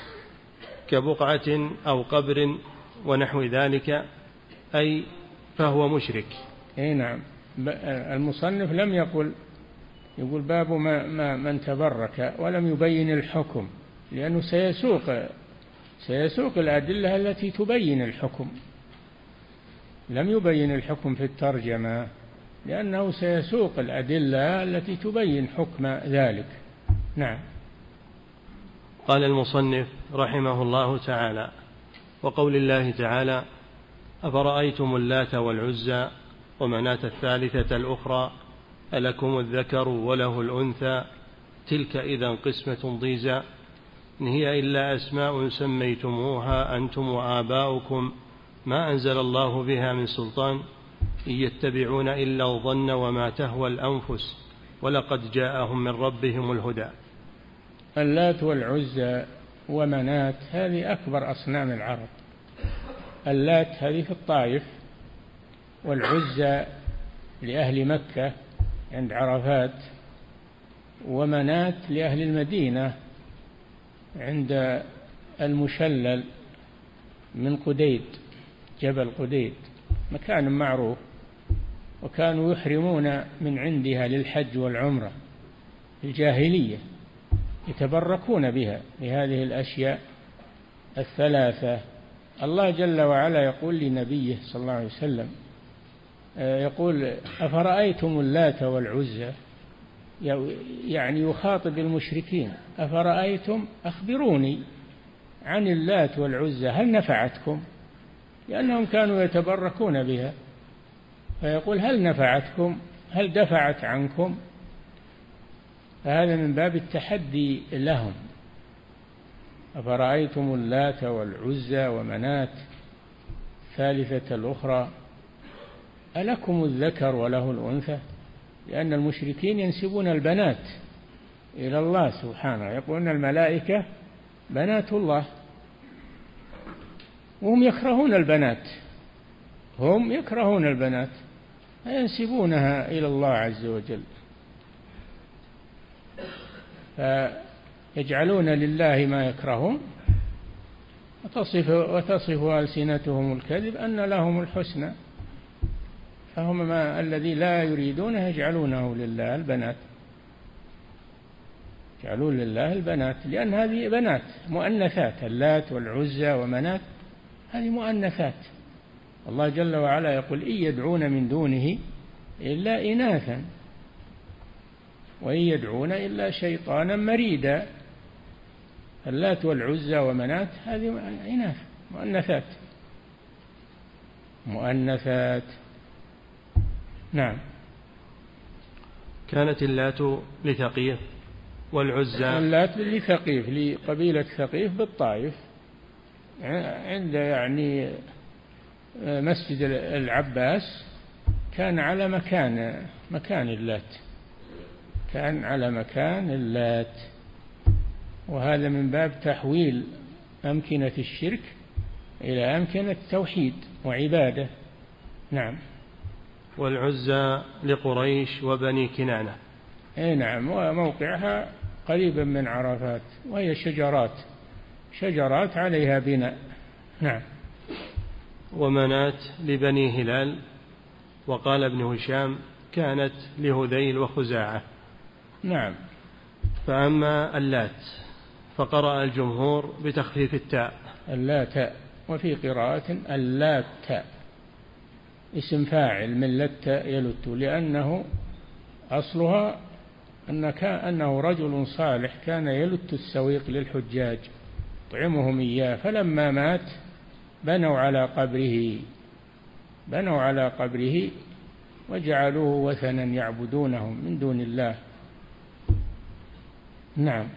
كبقعة أو قبر ونحو ذلك، أي فهو مشرك. أي نعم. المصنف لم يقل، يقول باب ما ما من تبرك، ولم يبين الحكم، لأنه سيسوق سيسوق الأدلة التي تبين الحكم. لم يبين الحكم في الترجمة لأنه سيسوق الأدلة التي تبين حكم ذلك. نعم. قال المصنف رحمه الله تعالى: وقول الله تعالى: أفرأيتم اللات والعزى ومناة الثالثة الأخرى ألكم الذكر وله الأنثى تلك إذا قسمة ضيزى إن هي إلا أسماء سميتموها أنتم وآباؤكم ما أنزل الله بها من سلطان إن يتبعون إلا الظن وما تهوى الأنفس ولقد جاءهم من ربهم الهدى. اللات والعزى ومنات هذه أكبر أصنام العرب. اللات هذه في الطائف، والعزى لأهل مكة عند عرفات، ومنات لأهل المدينة عند المشلل من قديد، جبل قديد مكان معروف، وكانوا يحرمون من عندها للحج والعمرة في الجاهلية، يتبركون بها لهذه الأشياء الثلاثة. الله جل وعلا يقول لنبيه صلى الله عليه وسلم، يقول أفرأيتم اللات والعزى، يعني يخاطب المشركين، أفرأيتم أخبروني عن اللات والعزى هل نفعتكم، لأنهم كانوا يتبركون بها، فيقول هل نفعتكم، هل دفعت عنكم. فهذا من باب التحدي لهم. أفرأيتم اللات والعزى ومناة ثالثة الأخرى ألكم الذكر وله الأنثى، لأن المشركين ينسبون البنات إلى الله سبحانه، يقولون الملائكة بنات الله، وهم يكرهون البنات، هم يكرهون البنات فينسبونها إلى الله عز وجل، فيجعلون لله ما يكرهون، وتصف, وتصف ألسنتهم الكذب أن لهم الحسنى، فهم ما الذي لا يريدونه يجعلونه لله البنات، يجعلون لله البنات، لأن هذه بنات مؤنثات، اللات والعزى ومنات هذه مؤنثات. الله جل وعلا يقول إن يدعون من دونه إلا إناثا وإن يدعون إلا شيطانا مريدا. اللات والعزى ومنات هذه إناث مؤنثات مؤنثات نعم. كانت اللات لثقيف والعزى اللات لثقيف، لقبيلة ثقيف بالطائف، عند يعني مسجد العباس كان على مكان مكان اللات، كان على مكان اللات، وهذا من باب تحويل أمكنة الشرك إلى أمكنة التوحيد وعبادة. نعم. والعزى لقريش وبني كنانة. اي نعم، وموقعها قريبا من عرفات، وهي شجرات شجرات عليها بناء. نعم. ومنات لبني هلال، وقال ابن هشام كانت لهذيل وخزاعة. نعم. فأما اللات فقرأ الجمهور بتخفيف التاء اللات، وفي قراءة اللات اسم فاعل من لت يلت، لأنه أصلها أنه رجل صالح كان يلت السويق للحجاج طعمهم إياه، فلما مات بنوا على قبره بنوا على قبره وجعلوه وثنا يعبدونه من دون الله. نعم.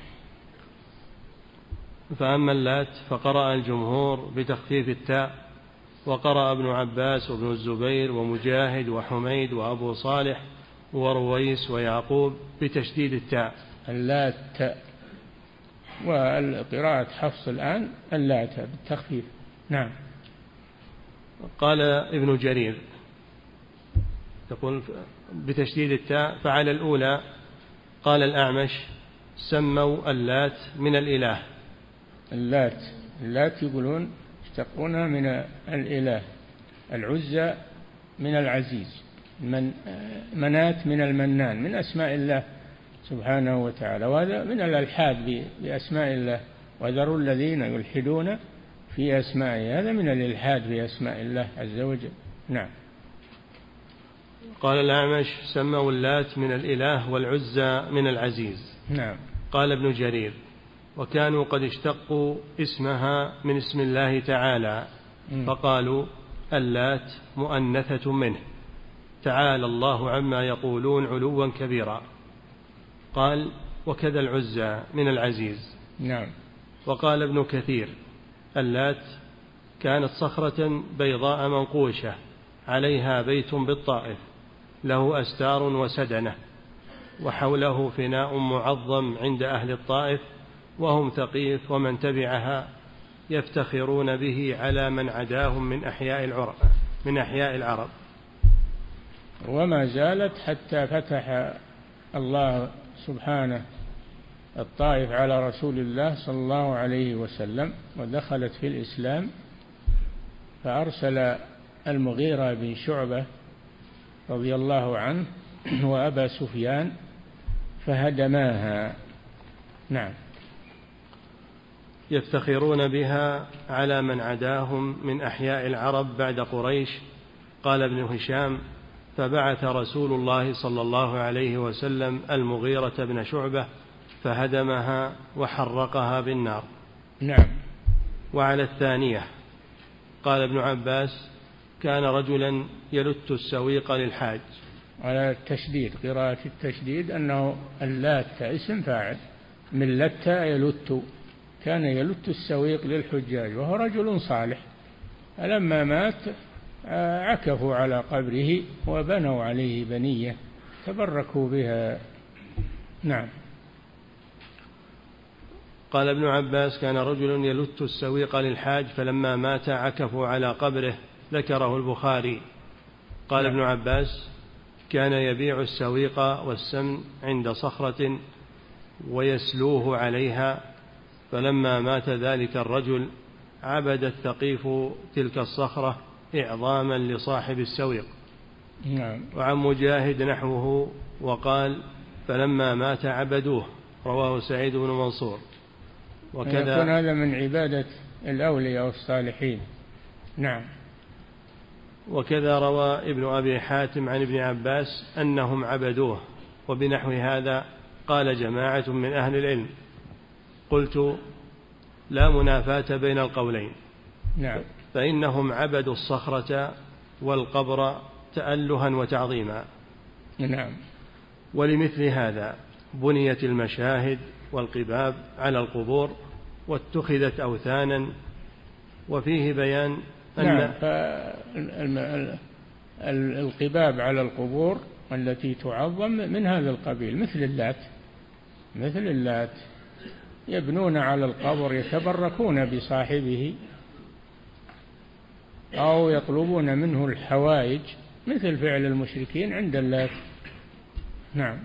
فأما اللات فقرأ الجمهور بتخفيف التاء، وقرأ ابن عباس وابن الزبير ومجاهد وحميد وأبو صالح ورويس ويعقوب بتشديد التاء اللات، والقراءة حفص الآن اللات بالتخفيف. نعم. قال ابن جرير يقول بتشديد التاء، فعلى الأولى قال الأعمش سموا اللات من الإله. اللات اللات يقولون يشتقونها من الإله، العزى من العزيز، من منات من المنان، من أسماء الله سبحانه وتعالى، وهذا من الإلحاد بأسماء الله، وذروا الذين يلحدون في أسمائه، هذا من الإلحاد في أسماء الله عز وجل. نعم. قال الأعمش سموا اللات من الإله والعزى من العزيز. نعم. قال ابن جرير وكانوا قد اشتقوا اسمها من اسم الله تعالى م. فقالوا اللات مؤنثة منه، تعالى الله عما يقولون علوا كبيرا. قال وكذا العزى من العزيز. نعم. وقال ابن كثير اللات كانت صخرة بيضاء منقوشة عليها بيت بالطائف له أستار وسدنة، وحوله فناء معظم عند أهل الطائف، وهم ثقيف ومن تبعها يفتخرون به على من عداهم من أحياء العرب من أحياء العرب وما زالت حتى فتح الله سبحانه الطائف على رسول الله صلى الله عليه وسلم ودخلت في الإسلام، فأرسل المغيرة بن شعبة رضي الله عنه وأبا سفيان فهدماها. نعم. يفتخرون بها على من عداهم من أحياء العرب بعد قريش. قال ابن هشام فبعث رسول الله صلى الله عليه وسلم المغيرة بن شعبة فهدمها وحرقها بالنار. نعم. وعلى الثانية قال ابن عباس كان رجلا يلت السويق للحاج. على التشديد، قراءة التشديد أنه اللات اسم فاعل من لت يلت، كان يلت السويق للحجاج وهو رجل صالح، فلما مات عكفوا على قبره وبنوا عليه بنية تبركوا بها. نعم. قال ابن عباس: كان رجل يلت السويق للحاج فلما مات عكفوا على قبره، ذكره البخاري. قال ابن عباس: كان يبيع السويق والسمن عند صخرة ويسلوه عليها، فلما مات ذلك الرجل عبد الثقيف تلك الصخرة إعظاما لصاحب السويق. نعم. وعن مجاهد نحوه وقال: فلما مات عبدوه. رواه سعيد بن منصور. وكذا يكون هذا من عبادة الأولياء والصالحين. نعم. وكذا روى ابن أبي حاتم عن ابن عباس أنهم عبدوه، وبنحو هذا قال جماعة من أهل العلم. قلت: لا منافاة بين القولين. نعم. فإنهم عبدوا الصخرة والقبر تألها وتعظيما. نعم. ولمثل هذا بنيت المشاهد والقباب على القبور واتخذت أوثانا، وفيه بيان أن نعم. القباب على القبور التي تعظم من هذا القبيل، مثل اللات مثل اللات يبنون على القبر يتبركون بصاحبه أو يطلبون منه الحوائج، مثل فعل المشركين عند اللات. نعم.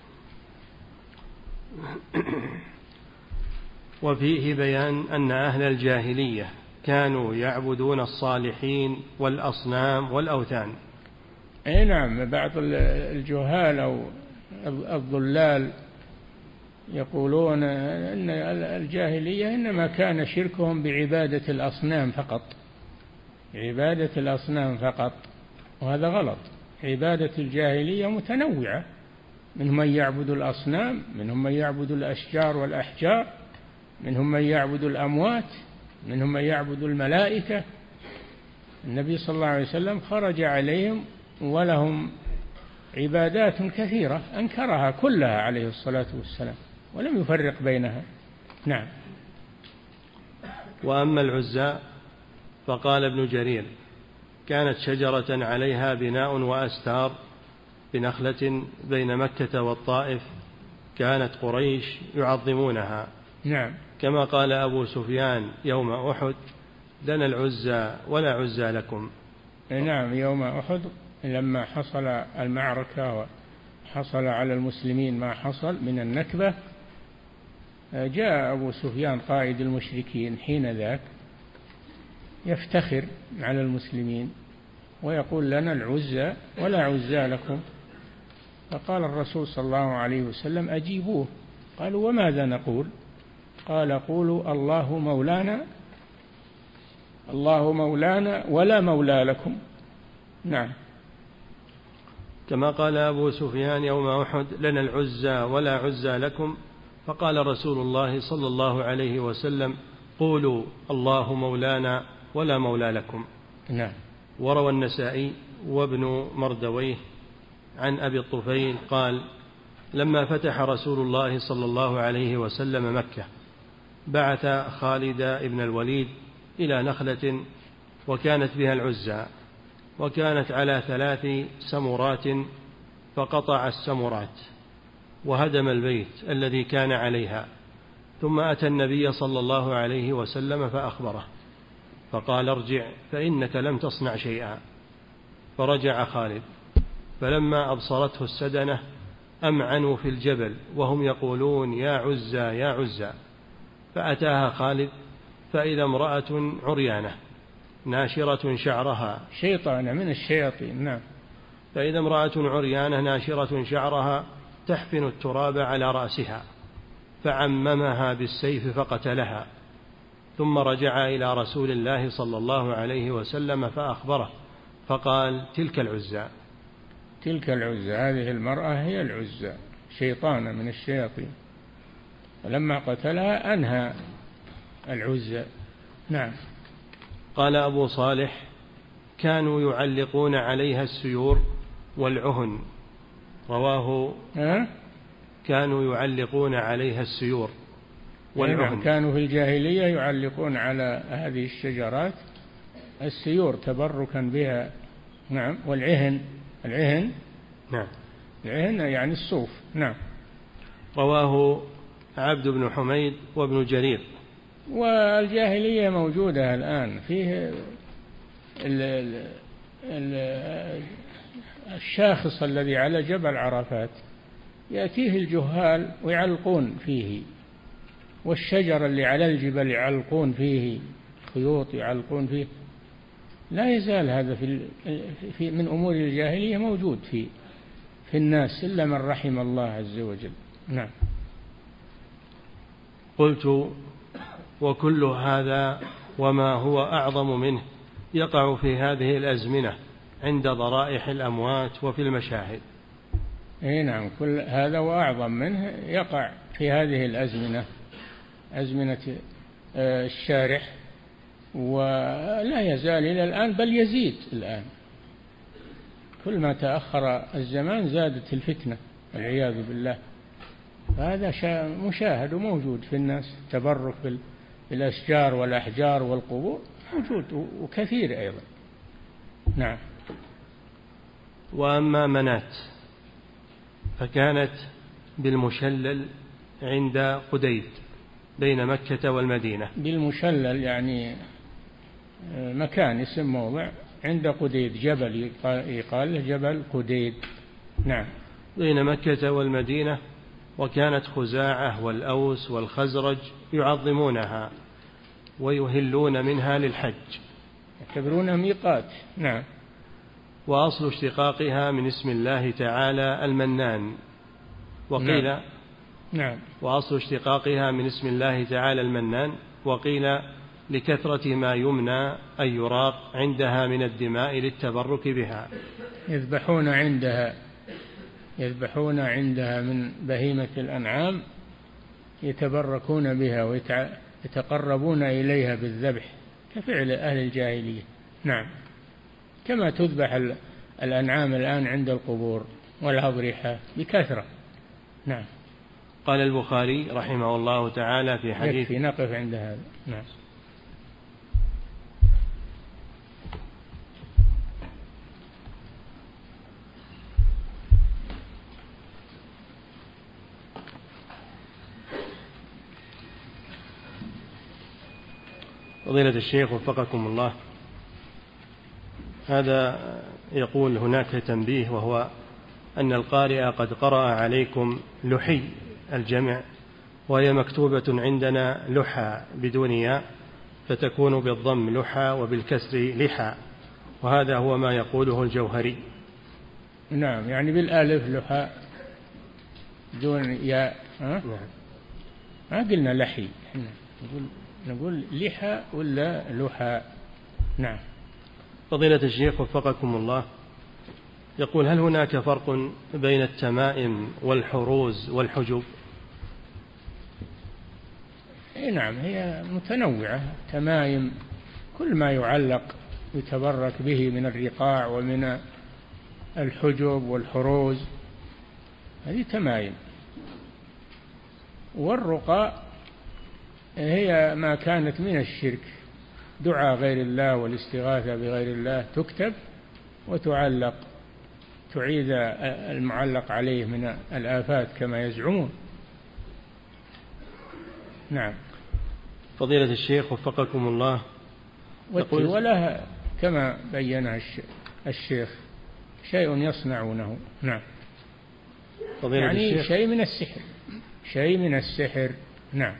وفيه بيان أن أهل الجاهلية كانوا يعبدون الصالحين والأصنام والأوثان. أي نعم. بعض الجهال أو الضلال يقولون أن الجاهلية إنما كان شركهم بعبادة الأصنام فقط، عبادة الأصنام فقط، وهذا غلط. عبادة الجاهلية متنوعة، منهم من يعبد الأصنام، منهم من يعبد الأشجار والأحجار، منهم من يعبد الأموات، منهم من يعبد الملائكة. النبي صلى الله عليه وسلم خرج عليهم ولهم عبادات كثيرة أنكرها كلها عليه الصلاة والسلام ولم يفرق بينها. نعم. وأما العزى فقال ابن جرير: كانت شجرة عليها بناء وأستار بنخلة بين مكة والطائف، كانت قريش يعظمونها. نعم. كما قال أبو سفيان يوم أحد: لنا العزى ولا عزى لكم. نعم. يوم أحد لما حصل المعركة وحصل على المسلمين ما حصل من النكبة، جاء أبو سفيان قائد المشركين حين ذاك يفتخر على المسلمين ويقول: لنا العزى ولا عزى لكم. فقال الرسول صلى الله عليه وسلم: أجيبوه. قالوا: وماذا نقول؟ قال: قولوا الله مولانا الله مولانا ولا مولى لكم. نعم. كما قال أبو سفيان يوم أحد: لنا العزى ولا عزى لكم. فقال رسول الله صلى الله عليه وسلم: قولوا الله مولانا ولا مولى لكم. نعم. وروى النسائي وابن مردويه عن أبي الطفيل قال: لما فتح رسول الله صلى الله عليه وسلم مكة بعث خالد بن الوليد إلى نخلة وكانت بها العزى، وكانت على ثلاث سمرات، فقطع السمرات وهدم البيت الذي كان عليها، ثم أتى النبي صلى الله عليه وسلم فأخبره، فقال: ارجع فإنك لم تصنع شيئا. فرجع خالد، فلما أبصرته السدنة أمعنوا في الجبل وهم يقولون: يا عزى يا عزى. فأتاها خالد فإذا امرأة عريانة ناشرة شعرها، شيطان من الشياطين. نعم. فإذا امرأة عريانة ناشرة شعرها تحفن التراب على رأسها، فعممها بالسيف فقتلها. ثم رجع إلى رسول الله صلى الله عليه وسلم فأخبره، فقال: تلك العزى. تلك العزى، هذه المرأة هي العزى، شيطان من الشياطين. فلما قتلها أنهى العزى. نعم. قال أبو صالح: كانوا يعلقون عليها السيور والعهن رواه أه؟ كانوا يعلقون عليها السيور والعهن. كانوا في الجاهلية يعلقون على هذه الشجرات السيور تبركا بها. نعم. والعهن العهن نعم العهن يعني الصوف. نعم. رواه عبد بن حميد وابن جرير. والجاهلية موجودة الآن فيه ال ال ال الشاخص الذي على جبل عرفات يأتيه الجهال ويعلقون فيه، والشجر اللي على الجبل يعلقون فيه، خيوط يعلقون فيه. لا يزال هذا في, في من أمور الجاهلية موجود في في الناس إلا من رحم الله عز وجل. نعم. قلت وكل هذا وما هو أعظم منه يقع في هذه الأزمنة عند ضرائح الأموات وفي المشاهد. اي نعم، كل هذا وأعظم منه يقع في هذه الأزمنة، أزمنة الشارح، ولا يزال إلى الآن بل يزيد الآن. كل ما تأخر الزمان زادت الفتنة والعياذ بالله. هذا مشاهد وموجود في الناس، تبرك بالأشجار والأحجار والقبور موجود وكثير أيضا. نعم. وأما منات فكانت بالمشلل عند قديد بين مكة والمدينة. بالمشلل يعني مكان اسم موضع عند قديد، جبل يقال له جبل قديد. نعم. بين مكة والمدينة. وكانت خزاعة والأوس والخزرج يعظمونها ويهلون منها للحج، يعتبرونها ميقات. نعم. وأصل اشتقاقها من اسم الله تعالى المنان، وقيل نعم. نعم. وأصل اشتقاقها من اسم الله تعالى المنان، وقيل لكثرة ما يمنى أن يراق عندها من الدماء للتبرك بها. يذبحون عندها يذبحون عندها من بهيمة الأنعام، يتبركون بها ويتقربون إليها بالذبح كفعل أهل الجاهلية. نعم. كما تذبح الأنعام الآن عند القبور والأضرحة بكثرة. نعم. قال البخاري رحمه الله تعالى في حديث. يكفي نقف عند هذا. نعم. فضيلة الشيخ وفقكم الله، هذا يقول هناك تنبيه، وهو أن القارئ قد قرأ عليكم لحي الجمع، وهي مكتوبة عندنا لحى بدون ياء، فتكون بالضم لحى وبالكسر لحى، وهذا هو ما يقوله الجوهري. نعم، يعني بالالف لحى دون ياء. ها؟ نعم. ما قلنا لحي، نقول نقول لحى ولا لحى. نعم. فضيلة الشيخ وفقكم الله، يقول هل هناك فرق بين التمائم والحروز والحجب؟ اي نعم، هي متنوعة. تمائم كل ما يعلق يتبرك به من الرقاع ومن الحجب والحروز، هذه تمائم. والرقى هي ما كانت من الشرك، دعاء غير الله والاستغاثة بغير الله، تكتب وتعلق، تعيد المعلق عليه من الآفات كما يزعمون. نعم. فضيلة الشيخ وفقكم الله، ولها كما بينها الشيخ شيء يصنعونه. نعم. يعني الشيخ شيء من السحر، شيء من السحر. نعم.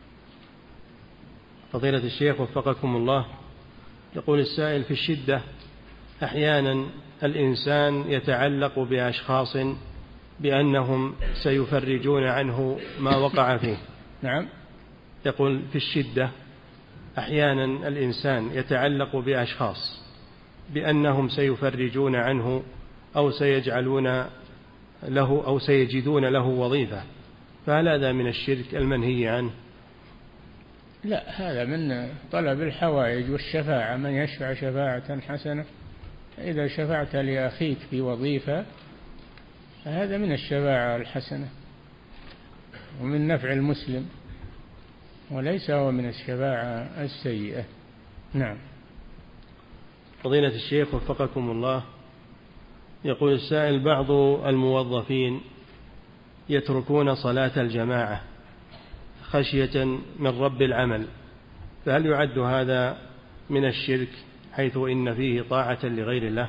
فضيلة الشيخ وفقكم الله، يقول السائل في الشدة أحيانا الإنسان يتعلق بأشخاص بأنهم سيفرجون عنه ما وقع فيه. نعم. يقول في الشدة أحيانا الإنسان يتعلق بأشخاص بأنهم سيفرجون عنه أو سيجعلون له أو سيجدون له وظيفة، فهل هذا من الشرك المنهي عنه؟ لا، هذا من طلب الحوائج والشفاعة. من يشفع شفاعة حسنة، إذا شفعت لأخيك في وظيفة هذا من الشفاعة الحسنة ومن نفع المسلم، وليس هو من الشفاعة السيئة. نعم. فضيلة الشيخ وفقكم الله، يقول السائل: بعض الموظفين يتركون صلاة الجماعة خشية من رب العمل، فهل يعد هذا من الشرك حيث إن فيه طاعة لغير الله؟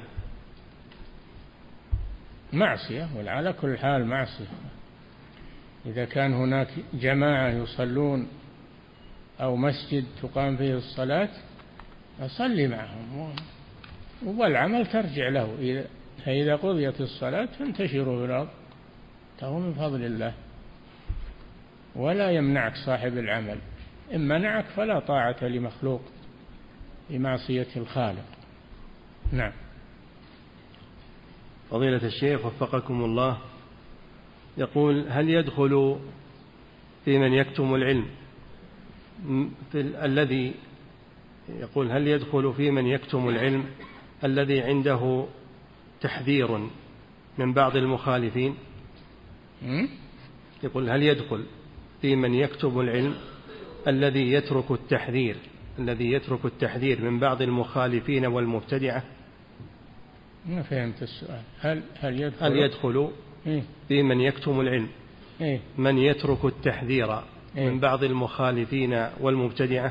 معصية، وعلى كل حال معصية. إذا كان هناك جماعة يصلون أو مسجد تقام فيه الصلاة فصلي معهم، والعمل ترجع له. فإذا قضيت الصلاة فانتشروا في الأرض تهوا من فضل الله، ولا يمنعك صاحب العمل. إن منعك فلا طاعة لمخلوق بمعصية الخالق. نعم. فضيلة الشيخ وفقكم الله، يقول: هل يدخل في من يكتم العلم في الذي يقول هل يدخل في من يكتم العلم الذي عنده تحذير من بعض المخالفين؟ يقول: هل يدخل في من يكتم العلم الذي يترك التحذير الذي يترك التحذير من بعض المخالفين والمبتدعة؟ ما فهمت السؤال. هل هل يدخل, هل يدخل إيه؟ في من يكتم العلم إيه؟ من يترك التحذير إيه؟ من بعض المخالفين والمبتدعة؟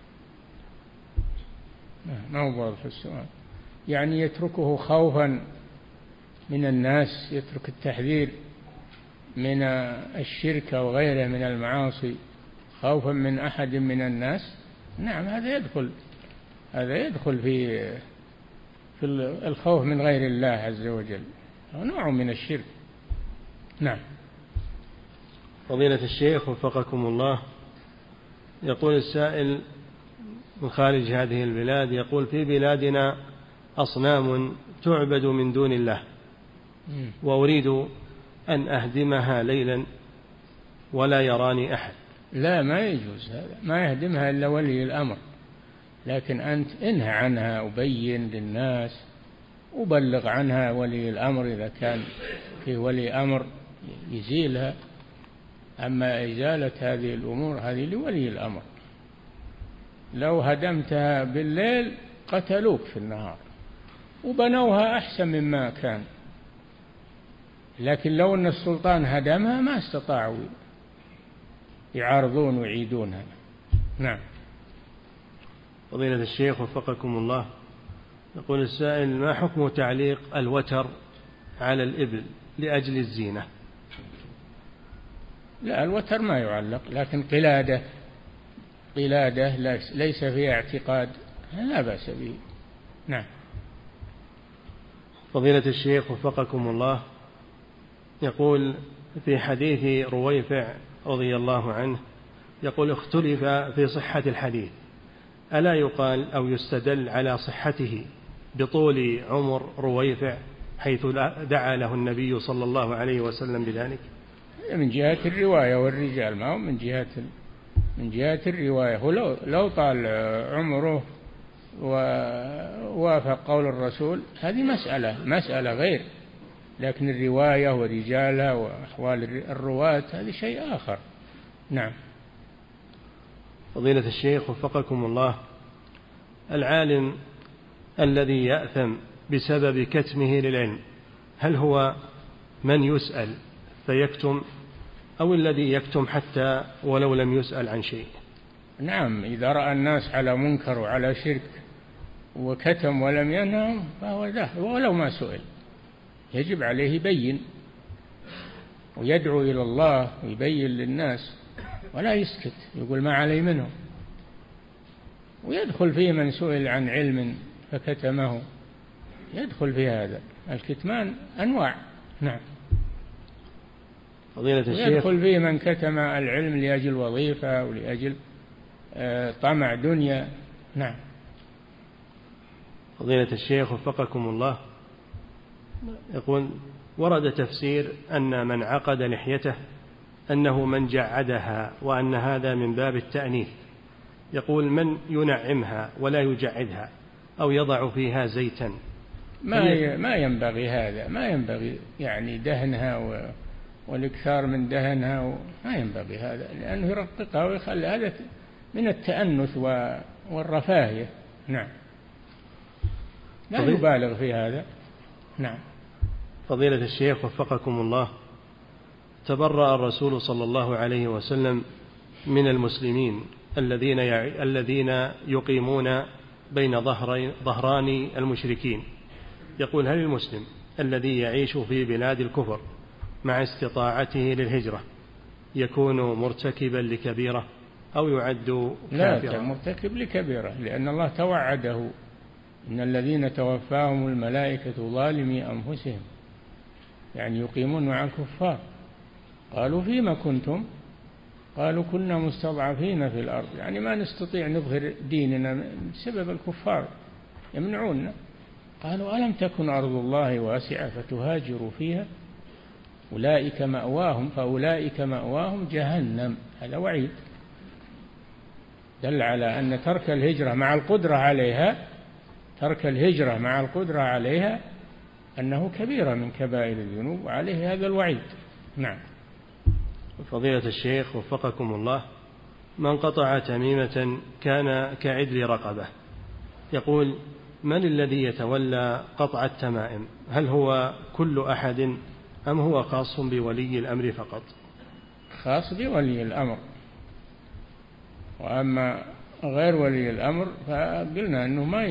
ما هو واضح السؤال. يعني يتركه خوفا من الناس، يترك التحذير من الشرك وغيره من المعاصي خوفا من أحد من الناس. نعم، هذا يدخل هذا يدخل في في الخوف من غير الله عز وجل، نوع من الشرك. نعم. فضيلة الشيخ وفقكم الله، يقول السائل من خارج هذه البلاد، يقول: في بلادنا أصنام تعبد من دون الله، وأريد أن أهدمها ليلا ولا يراني أحد. لا، ما يجوز هذا، ما يهدمها إلا ولي الأمر، لكن أنت انهى عنها وبين للناس وبلغ عنها ولي الأمر إذا كان في ولي أمر يزيلها. أما إزالة هذه الأمور هذه لولي الأمر. لو هدمتها بالليل قتلوك في النهار وبنوها أحسن مما كان، لكن لو أن السلطان هدمها ما استطاعوا يعارضون ويعيدونها. نعم. فضيلة الشيخ وفقكم الله، يقول السائل: ما حكم تعليق الوتر على الإبل لأجل الزينة؟ لا، الوتر ما يعلق، لكن قلادة قلادة ليس فيها اعتقاد لا بأس به. نعم. فضيلة الشيخ وفقكم الله، يقول في حديث رويفع رضي الله عنه، يقول: اختلف في صحة الحديث، ألا يقال أو يستدل على صحته بطول عمر رويفع حيث دعا له النبي صلى الله عليه وسلم بذلك؟ من جهة الرواية والرجال، ما هو من جهة من جهة الرواية. هو لو, لو طال عمره ووافق قول الرسول هذه مسألة مسألة غير، لكن الرواية ورجالها وأحوال الرواة هذه شيء آخر. نعم. فضيلة الشيخ وفقكم الله، العالم الذي يأثم بسبب كتمه للعلم هل هو من يسأل فيكتم أو الذي يكتم حتى ولو لم يسأل عن شيء؟ نعم، إذا رأى الناس على منكر وعلى شرك وكتم ولم ينهم فهو ذا، ولو ما سئل يجب عليه يبين ويدعو إلى الله ويبين للناس ولا يسكت يقول ما علي منه. ويدخل فيه من سئل عن علم فكتمه، يدخل في هذا. الكتمان أنواع. نعم. فضيلة الشيخ، ويدخل فيه من كتم العلم لأجل وظيفة ولأجل طمع دنيا. نعم. فضيلة الشيخ وفقكم الله، يقول: ورد تفسير أن من عقد لحيته أنه من جعدها وأن هذا من باب التأنيث، يقول: من ينعمها ولا يجعدها أو يضع فيها زيتا ما ما ينبغي هذا، ما ينبغي يعني دهنها و والإكثار من دهنها، ما ينبغي هذا، لأنه يرققها ويخلي هذا من التأنث والرفاهية. نعم، لا يبالغ في هذا. نعم. فضيلة الشيخ وفقكم الله، تبرأ الرسول صلى الله عليه وسلم من المسلمين الذين الذين يقيمون بين ظهران المشركين. يقول: هل المسلم الذي يعيش في بلاد الكفر مع استطاعته للهجرة يكون مرتكبا لكبيرة أو يعد كافرا؟ لا، مرتكب لكبيرة، لأن الله توعده: إن الذين توفاهم الملائكة ظالمي أنفسهم، يعني يقيمون مع الكفار. قالوا: فيما كنتم؟ قالوا: كنا مستضعفين في الأرض، يعني ما نستطيع نظهر ديننا بسبب الكفار يمنعوننا. قالوا: ألم تكن أرض الله واسعة فتهاجروا فيها؟ أولئك مأواهم فأولئك مأواهم جهنم. هذا وعيد دل على أن ترك الهجرة مع القدرة عليها ترك الهجرة مع القدرة عليها أنه كبيرة من كبائر الذنوب، وعليه هذا الوعيد. نعم. فضيلة الشيخ وفقكم الله، من قطع تميمة كان كعدل رقبة. يقول: من الذي يتولى قطع التمائم؟ هل هو كل أحد أم هو خاص بولي الأمر فقط؟ خاص بولي الأمر، وأما غير ولي الأمر فقلنا أنه ما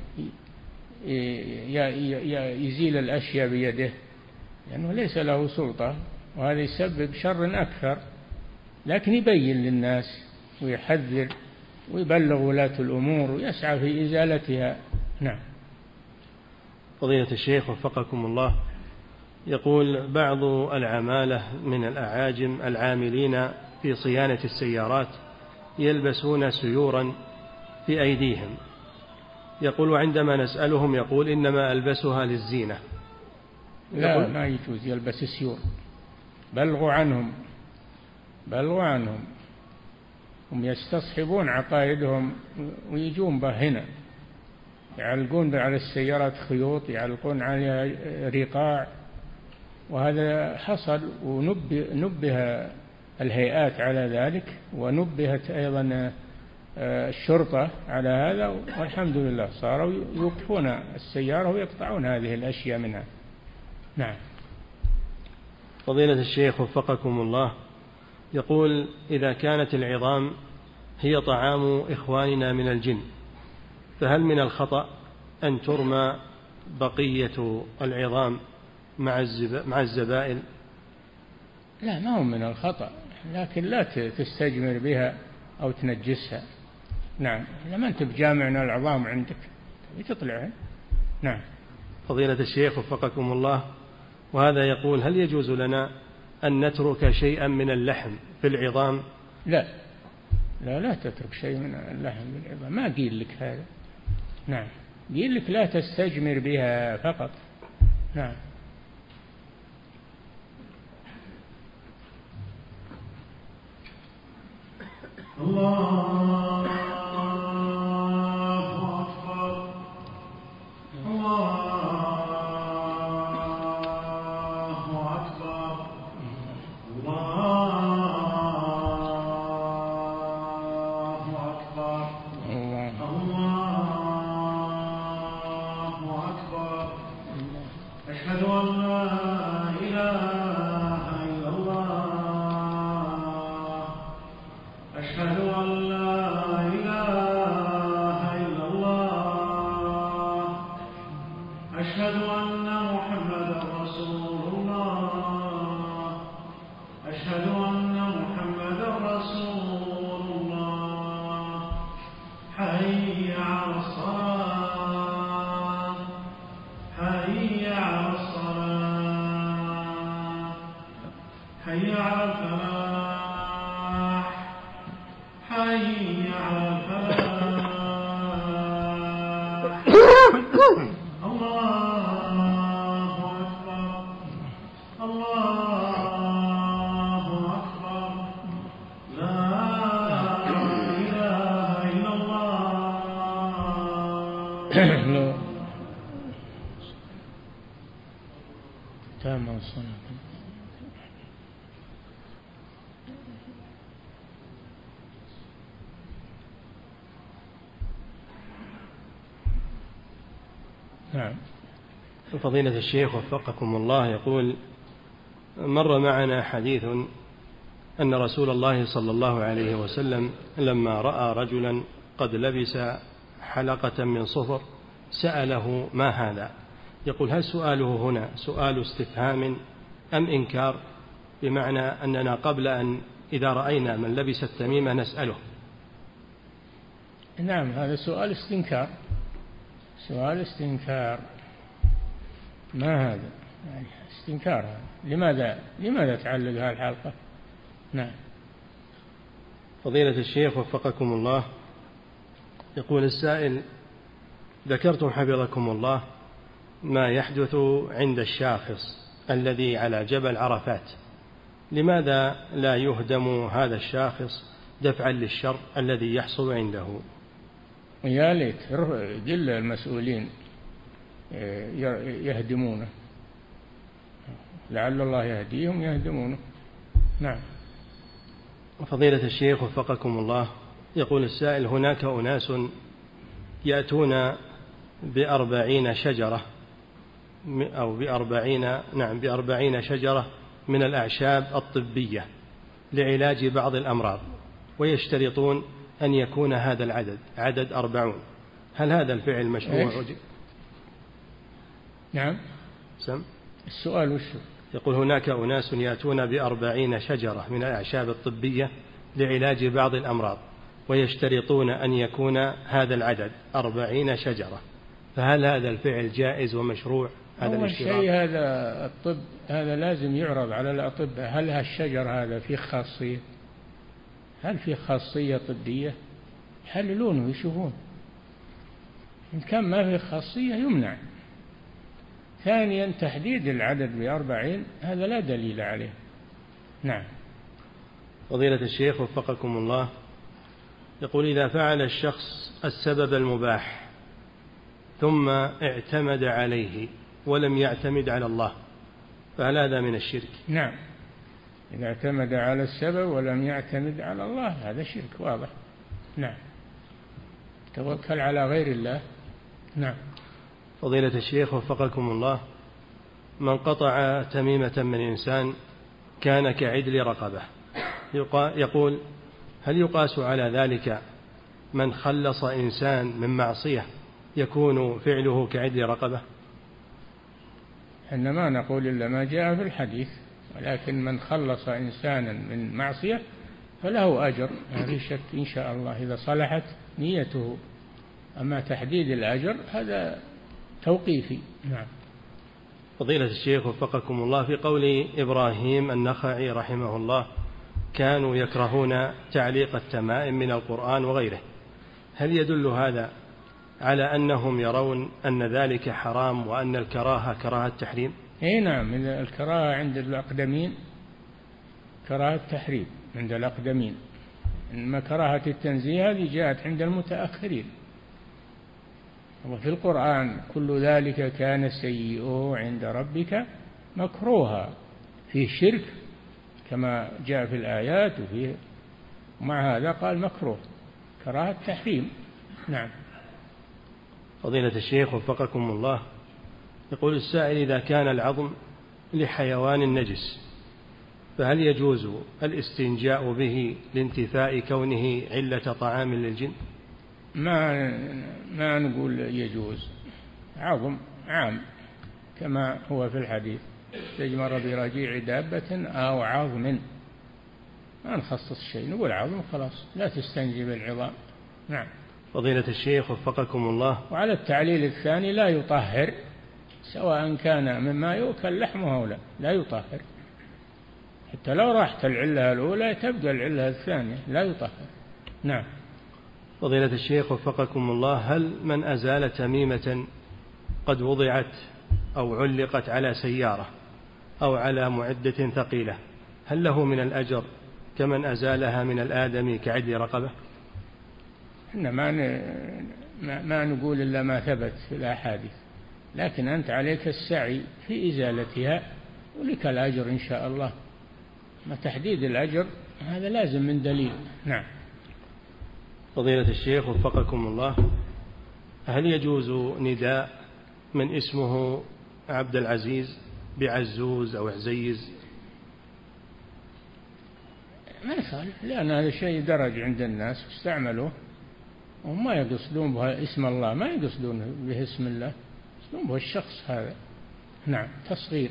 يزيل الأشياء بيده، لأنه ليس له سلطة، وهذا يسبب شر أكثر. لكن يبين للناس ويحذر ويبلغ ولاة الأمور ويسعى في إزالتها. نعم. فضيلة الشيخ وفقكم الله، يقول: بعض العمالة من الأعاجم العاملين في صيانة السيارات يلبسون سيورا في أيديهم. يقول: وعندما نسألهم يقول: إنما ألبسها للزينة. لا، ما يجوز يلبس السيور. بلغوا عنهم بلغوا عنهم هم يستصحبون عقائدهم ويجون به هنا، يعلقون على السيارات خيوط، يعلقون على رقاع، وهذا حصل. ونبه الهيئات على ذلك، ونبهت أيضا الشرطة على هذا، والحمد لله صاروا يوقفون السيارة ويقطعون هذه الأشياء منها. نعم. فضيلة الشيخ وفقكم الله، يقول: إذا كانت العظام هي طعام إخواننا من الجن، فهل من الخطأ أن ترمى بقية العظام مع الزبائن؟ لا، ما هو من الخطأ، لكن لا تستجمر بها أو تنجسها. نعم. لما أنت بجامعنا العظام عندك تطلعها. نعم. فضيلة الشيخ وفقكم الله، وهذا يقول: هل يجوز لنا أن نترك شيئا من اللحم في العظام؟ لا لا لا تترك شيء من اللحم في العظام، ما قيل لك هذا. نعم، قيل لك لا تستجمر بها فقط. نعم. الله أكبر. الله أكبر. الله أكبر. الله أكبر. أشهد أن لا إله إلا الله. أشهد أن لا إله إلا الله. أشهد أن محمدا رسول الله. أشهد أن محمدا رسول الله. حي على الصلاة. حي على الصلاة. حي على الفلاح. حي على الفلاح. الله أكبر. الله أكبر. لا إله إلا الله. تامة الصلاة. نعم. فضيلة الشيخ وفقكم الله يقول: مر معنا حديث أن رسول الله صلى الله عليه وسلم لما رأى رجلا قد لبس حلقة من صفر سأله: ما هذا؟ يقول: هل سؤاله هنا سؤال استفهام أم إنكار، بمعنى أننا قبل أن إذا رأينا من لبس التميمة نسأله؟ نعم، هذا سؤال استنكار، سؤال استنكار. ما هذا؟ يعني استنكار. لماذا لماذا تعلق هذه الحلقة؟ نعم. فضيلة الشيخ وفقكم الله يقول السائل: ذكرتم حفظكم الله ما يحدث عند الشاخص الذي على جبل عرفات، لماذا لا يهدم هذا الشاخص دفعا للشر الذي يحصل عنده؟ يا ليت جل المسؤولين يهدمونه، لعل الله يهديهم يهدمونه. نعم. فضيلة الشيخ وفقكم الله يقول السائل: هناك أناس يأتون بأربعين شجرة أو بأربعين نعم بأربعين شجرة من الأعشاب الطبية لعلاج بعض الأمراض، ويشترطون أن يكون هذا العدد عدد أربعون، هل هذا الفعل مشروع؟ نعم. سم السؤال وش؟ يقول: هناك أناس يأتون بأربعين شجرة من الأعشاب الطبية لعلاج بعض الأمراض، ويشترطون أن يكون هذا العدد أربعين شجرة، فهل هذا الفعل جائز ومشروع؟ هذا أول شيء هذا الطب هذا لازم يعرض على الأطباء، هل هالشجر هذا فيه خاصية؟ هل فيه خاصية طبية؟ يحللونه ويشوفون، إن كان ما فيه خاصية يمنع. ثانيا تحديد العدد بأربعين هذا لا دليل عليه. نعم. فضيلة الشيخ وفقكم الله يقول: إذا فعل الشخص السبب المباح ثم اعتمد عليه ولم يعتمد على الله، فهل هذا من الشرك؟ نعم، إذا اعتمد على السبب ولم يعتمد على الله هذا شرك واضح. نعم، توكل على غير الله. نعم. فضيلة الشيخ وفقكم الله، من قطع تميمة من إنسان كان كعدل رقبة، يقول: هل يقاس على ذلك من خلص إنسان من معصية يكون فعله كعدل رقبة؟ إحنا ما نقول إلا ما جاء في الحديث، ولكن من خلص إنسانا من معصية فله أجر، ما في شك إن شاء الله إذا صلحت نيته. أما تحديد الأجر هذا توقيفي. نعم. فضيلة الشيخ وفقكم الله، في قول إبراهيم النخعي رحمه الله: كانوا يكرهون تعليق التمائم من القرآن وغيره، هل يدل هذا على أنهم يرون أن ذلك حرام وأن الكراهة كراهة تحريم؟ اي نعم، الكراهة عند الأقدمين كراهة تحريم عند الأقدمين، إنما كراهة التنزيه هذه جاءت عند المتأخرين. وفي القرآن: كل ذلك كان سيئه عند ربك مكروها، فيه شرك كما جاء في الآيات، وفيه مع هذا قال مكروه، كراهة تحريم. نعم. فضيلة الشيخ وفقكم الله يقول السائل: إذا كان العظم لحيوان نجس فهل يجوز الاستنجاء به لانتفاء كونه علة طعام للجن؟ ما ما نقول يجوز، عظم عام كما هو في الحديث: تجمر برجيع دابة أو عظم، ما نخصص شيء، نقول عظم خلاص، لا تستنجي بالعظام. نعم. فضيلة الشيخ وفقكم الله، وعلى التعليل الثاني لا يطهر، سواء كان مما يؤكل لحمه أو لا، لا يطهر، حتى لو راحت العلة الأولى تبقى العلة الثانية، لا يطهر. نعم. فضيلة الشيخ وفقكم الله، هل من أزال تميمة قد وضعت أو علقت على سيارة أو على معدة ثقيلة هل له من الأجر كمن أزالها من الآدم كعدل رقبة؟ إحنا ما ما نقول إلا ما ثبت في الأحاديث، لكن أنت عليك السعي في إزالتها ولك الأجر إن شاء الله. ما تحديد الأجر هذا لازم من دليل. نعم. فضيلة الشيخ وفقكم الله، هل يجوز نداء من اسمه عبد العزيز بعزوز أو عزيز؟ ما يخالف، لأن هذا شيء درج عند الناس استعملوه وما يقصدون به اسم الله، ما يقصدون به اسم الله، يقصدون به الشخص هذا. نعم، تصغير.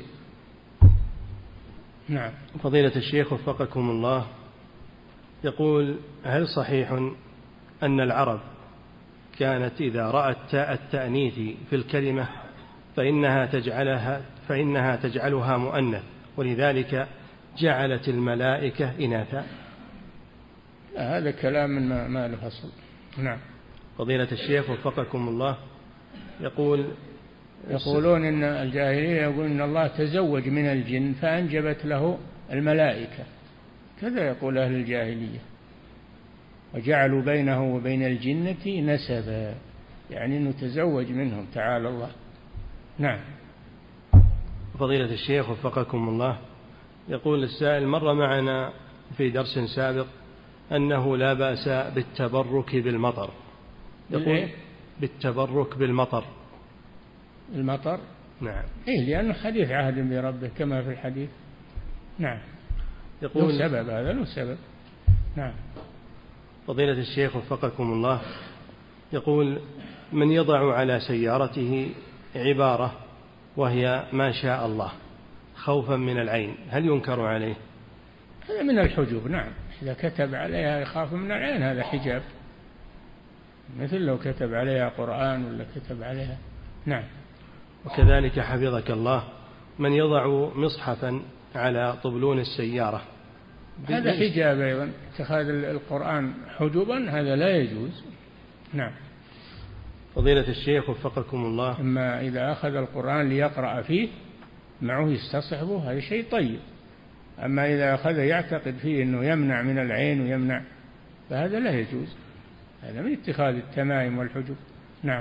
نعم. فضيلة الشيخ وفقكم الله، يقول: هل صحيح أن العرب كانت إذا رأت تاء التأنيث في الكلمة فإنها تجعلها فإنها تجعلها مؤنث، ولذلك جعلت الملائكة إناثا؟ لا، هذا كلام ما, ما له أصل. نعم. فضيلة الشيخ وفقكم الله، يقول: يقولون إن الجاهلية يقول إن الله تزوج من الجن فأنجبت له الملائكة، كذا يقول أهل الجاهلية، وجعلوا بينه وبين الجنة نسبا، يعني أنه تزوج منهم تعالى الله. نعم. فضيلة الشيخ وفقكم الله، يقول السائل: مر معنا في درس سابق أنه لا بأس بالتبرك بالمطر. يقول: بالتبرك بالمطر. المطر؟ نعم. إيه، لأنه حديث عهد بربه كما في الحديث. نعم. يقول له سبب، هذا له سبب. نعم. فضيلة الشيخ وفقكم الله، يقول: من يضع على سيارته عبارة وهي ما شاء الله خوفا من العين، هل ينكر عليه؟ هذا من الحجوب. نعم، إذا كتب عليها يخاف من العين هذا حجاب، مثل لو كتب عليها قرآن ولا كتب عليها. نعم. وكذلك حفظك الله، من يضع مصحفا على طبلون السيارة، هذا حجاب أيضا. اتخاذ القرآن حجبا هذا لا يجوز. نعم. فضيلة الشيخ وفقكم الله، أما إذا أخذ القرآن ليقرأ فيه معه يستصحبه هذا شيء طيب، أما إذا أخذ يعتقد فيه أنه يمنع من العين ويمنع، فهذا لا يجوز، هذا من اتخاذ التمائم والحجب. نعم.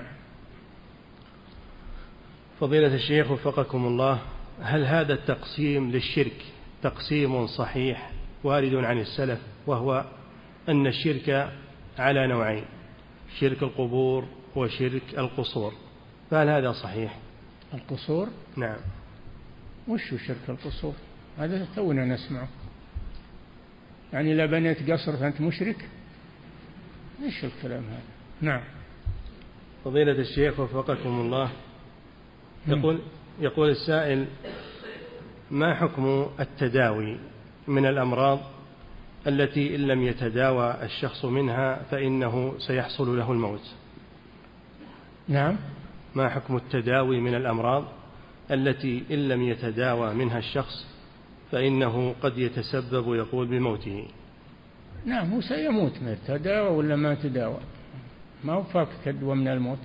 فضيلة الشيخ وفقكم الله، هل هذا التقسيم للشرك تقسيم صحيح وارد عن السلف، وهو أن الشرك على نوعين: شرك القبور وشرك القصور، فهل هذا صحيح؟ القصور؟ نعم. وش شرك القصور؟ هذا تونا نسمعه، يعني لا بنيت قصر فأنت مشرك؟ ايش الكلام هذا؟ نعم. فضيلة الشيخ وفقكم الله، يقول يقول السائل: ما حكم التداوي من الأمراض التي إن لم يتداوى الشخص منها فإنه سيحصل له الموت؟ نعم. ما حكم التداوي من الأمراض التي إن لم يتداوى منها الشخص فإنه قد يتسبب يقول بموته؟ نعم، هو سيموت من التداوى ولا ما تداوى، ما هو فاك تدوى من الموت،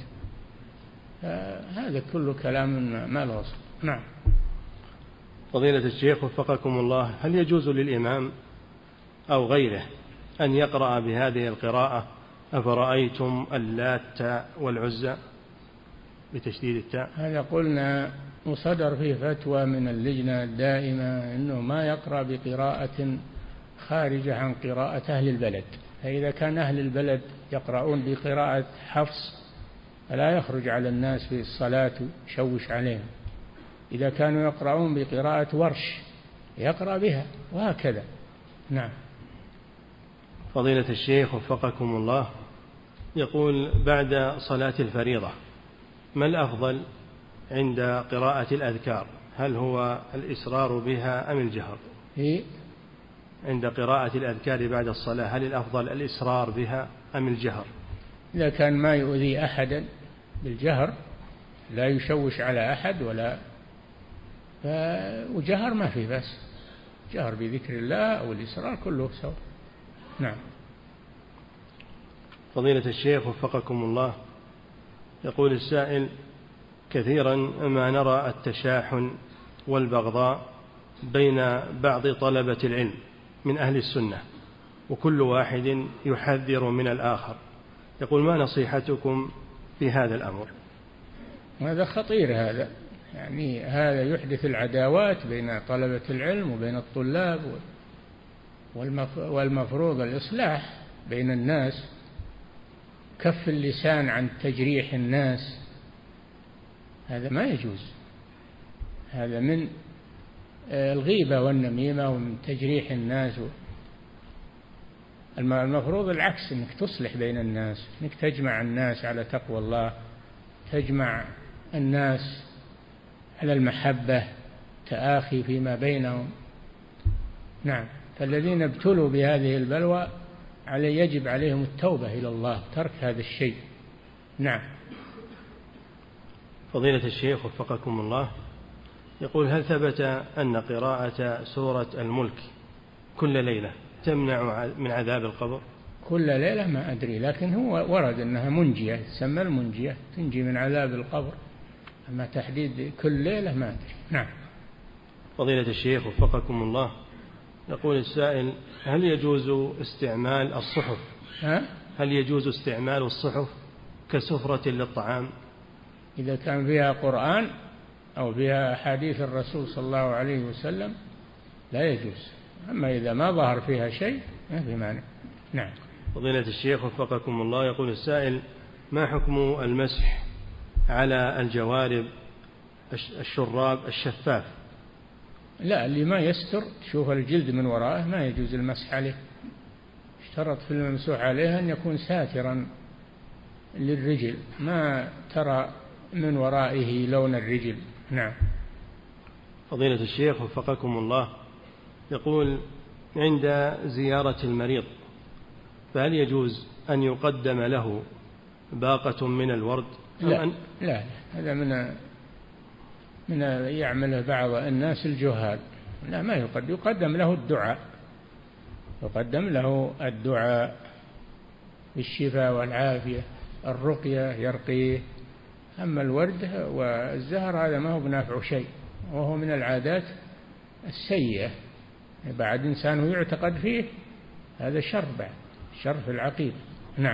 هذا كله كلام ما له أصل. نعم. فضيلة الشيخ وفقكم الله، هل يجوز للإمام أو غيره أن يقرأ بهذه القراءة: أفرأيتم اللات والعزى بتشديد التاء؟ هذا قلنا وصدر فيه فتوى من اللجنة الدائمة أنه ما يقرأ بقراءة خارجة عن قراءة أهل البلد، فإذا كان أهل البلد يقرؤون بقراءة حفص فلا يخرج على الناس في الصلاة ويشوش عليهم، إذا كانوا يقرؤون بقراءة ورش يقرأ بها، وهكذا. نعم. فضيلة الشيخ وفقكم الله، يقول: بعد صلاة الفريضة ما الأفضل عند قراءة الأذكار؟ هل هو الإسرار بها أم الجهر؟ إيه؟ عند قراءة الأذكار بعد الصلاة هل الأفضل الإسرار بها أم الجهر؟ إذا كان ما يؤذي أحدا بالجهر، لا يشوش على أحد ولا ف... وجهر ما في بس، جهر بذكر الله أو الإسرار كله سوا. نعم. فضيلة الشيخ وفقكم الله، يقول السائل: كثيرا ما نرى التشاحن والبغضاء بين بعض طلبة العلم من أهل السنة، وكل واحد يحذر من الآخر، يقول: ما نصيحتكم في هذا الأمر؟ هذا خطير، هذا يعني هذا يحدث العداوات بين طلبة العلم وبين الطلاب، والمفروض الإصلاح بين الناس، كف اللسان عن تجريح الناس، هذا ما يجوز، هذا من الغيبة والنميمة ومن تجريح الناس. المفروض العكس، انك تصلح بين الناس، انك تجمع الناس على تقوى الله، تجمع الناس على المحبة، تآخي فيما بينهم. نعم، فالذين ابتلوا بهذه البلوى علي يجب عليهم التوبة إلى الله، ترك هذا الشيء. نعم. فضيلة الشيخ وفقكم الله، يقول: هل ثبت أن قراءة سورة الملك كل ليلة تمنع من عذاب القبر؟ كل ليلة ما أدري، لكن هو ورد أنها منجية، تسمى المنجية، تنجي من عذاب القبر، أما تحديد كل ليلة ما أدري. نعم. فضيلة الشيخ وفقكم الله، يقول السائل: هل يجوز استعمال الصحف ها؟ هل يجوز استعمال الصحف كسفرة للطعام؟ إذا كان فيها قرآن أو فيها أحاديث الرسول صلى الله عليه وسلم لا يجوز، أما إذا ما ظهر فيها شيء ما في مانع. نعم. فضيلة الشيخ وفقكم الله، يقول السائل: ما حكم المسح على الجوارب الشراب الشفاف؟ لا، اللي ما يستر تشوف الجلد من وراءه ما يجوز المسح عليه، اشترط في الممسوح عليه أن يكون ساترا للرجل، ما ترى من ورائه لون الرجل. نعم. فضيلة الشيخ وفقكم الله، يقول: عند زيارة المريض فهل يجوز أن يقدم له باقة من الورد؟ لا أن... لا هذا من من يعمل بعض الناس الجهال، لا ما يقدم، يقدم له الدعاء، يقدم له الدعاء بالشفاء والعافية، الرقية يرقيه، أما الورد والزهر هذا ما هو بنافع شيء، وهو من العادات السيئة، بعد إنسان يعتقد فيه هذا شر، بعد شر في العقيدة. نعم.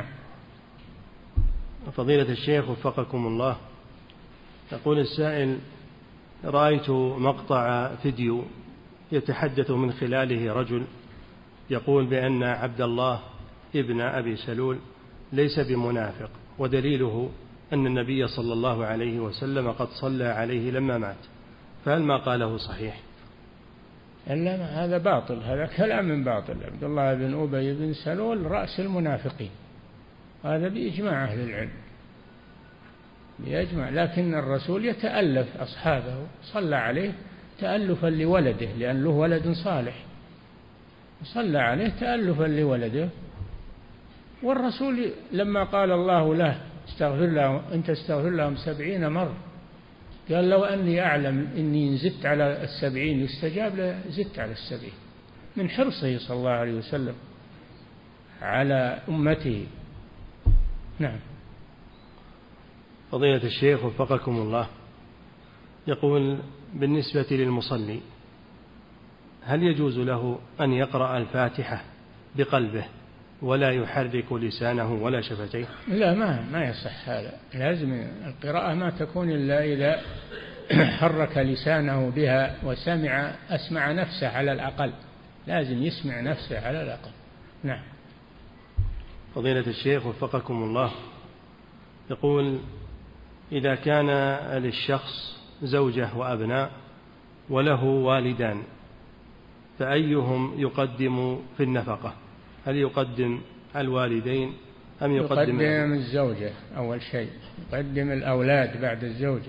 فضيلة الشيخ وفقكم الله، يقول السائل: رأيت مقطع فيديو يتحدث من خلاله رجل يقول بأن عبد الله ابن أبي سلول ليس بمنافق، ودليله أن النبي صلى الله عليه وسلم قد صلى عليه لما مات، فهل ما قاله صحيح؟ إلا هذا باطل، هذا كلام من باطل. عبد الله بن أبي بن سلول رأس المنافقين، هذا بإجماع أهل العلم، بإجماع، لكن الرسول يتألف أصحابه، صلى عليه تألفا لولده لأن له ولد صالح، صلى عليه تألفا لولده. والرسول لما قال الله له استغفر لهم، أنت استغفر لهم سبعين مرة، قال لو أني أعلم إني زدت على السبعين يستجاب لزدت على السبعين، من حرصه صلى الله عليه وسلم على أمته. نعم. فضيلة الشيخ وفقكم الله، يقول: بالنسبة للمصلي هل يجوز له أن يقرأ الفاتحة بقلبه ولا يحرك لسانه ولا شفتيه؟ لا، ما ما يصح هذا، لازم القراءة ما تكون إلا إذا حرك لسانه بها وسمع أسمع نفسه على الأقل، لازم يسمع نفسه على الأقل. نعم. فضيلة الشيخ وفقكم الله، يقول: إذا كان للشخص زوجة وأبناء وله والدان فأيهم يقدم في النفقة؟ هل يقدم الوالدين أم يقدم, يقدم الزوجة أول شيء، يقدم الأولاد بعد الزوجة،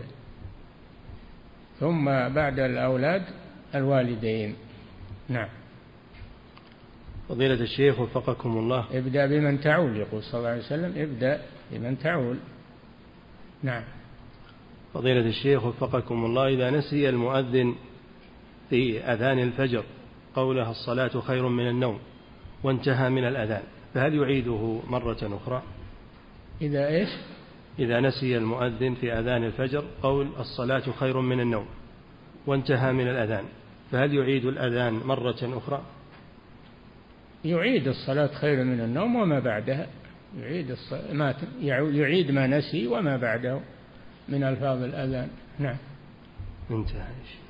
ثم بعد الأولاد الوالدين. نعم. فضيلة الشيخ وفقكم الله، ابدأ بمن تعول، يقول صلى الله عليه وسلم ابدأ بمن تعول. نعم. فضيلة الشيخ وفقكم الله، إذا نسي المؤذن في أذان الفجر قولها الصلاة خير من النوم وانتهى من الأذان فهل يعيده مرة أخرى؟ إذا إيش؟ إذا نسي المؤذن في أذان الفجر قول الصلاة خير من النوم وانتهى من الأذان فهل يعيد الأذان مرة أخرى؟ يعيد الصلاة خير من النوم وما بعدها، يعيد ما يعيد ما نسي وما بعده من ألفاظ الأذان. نعم. انتهى.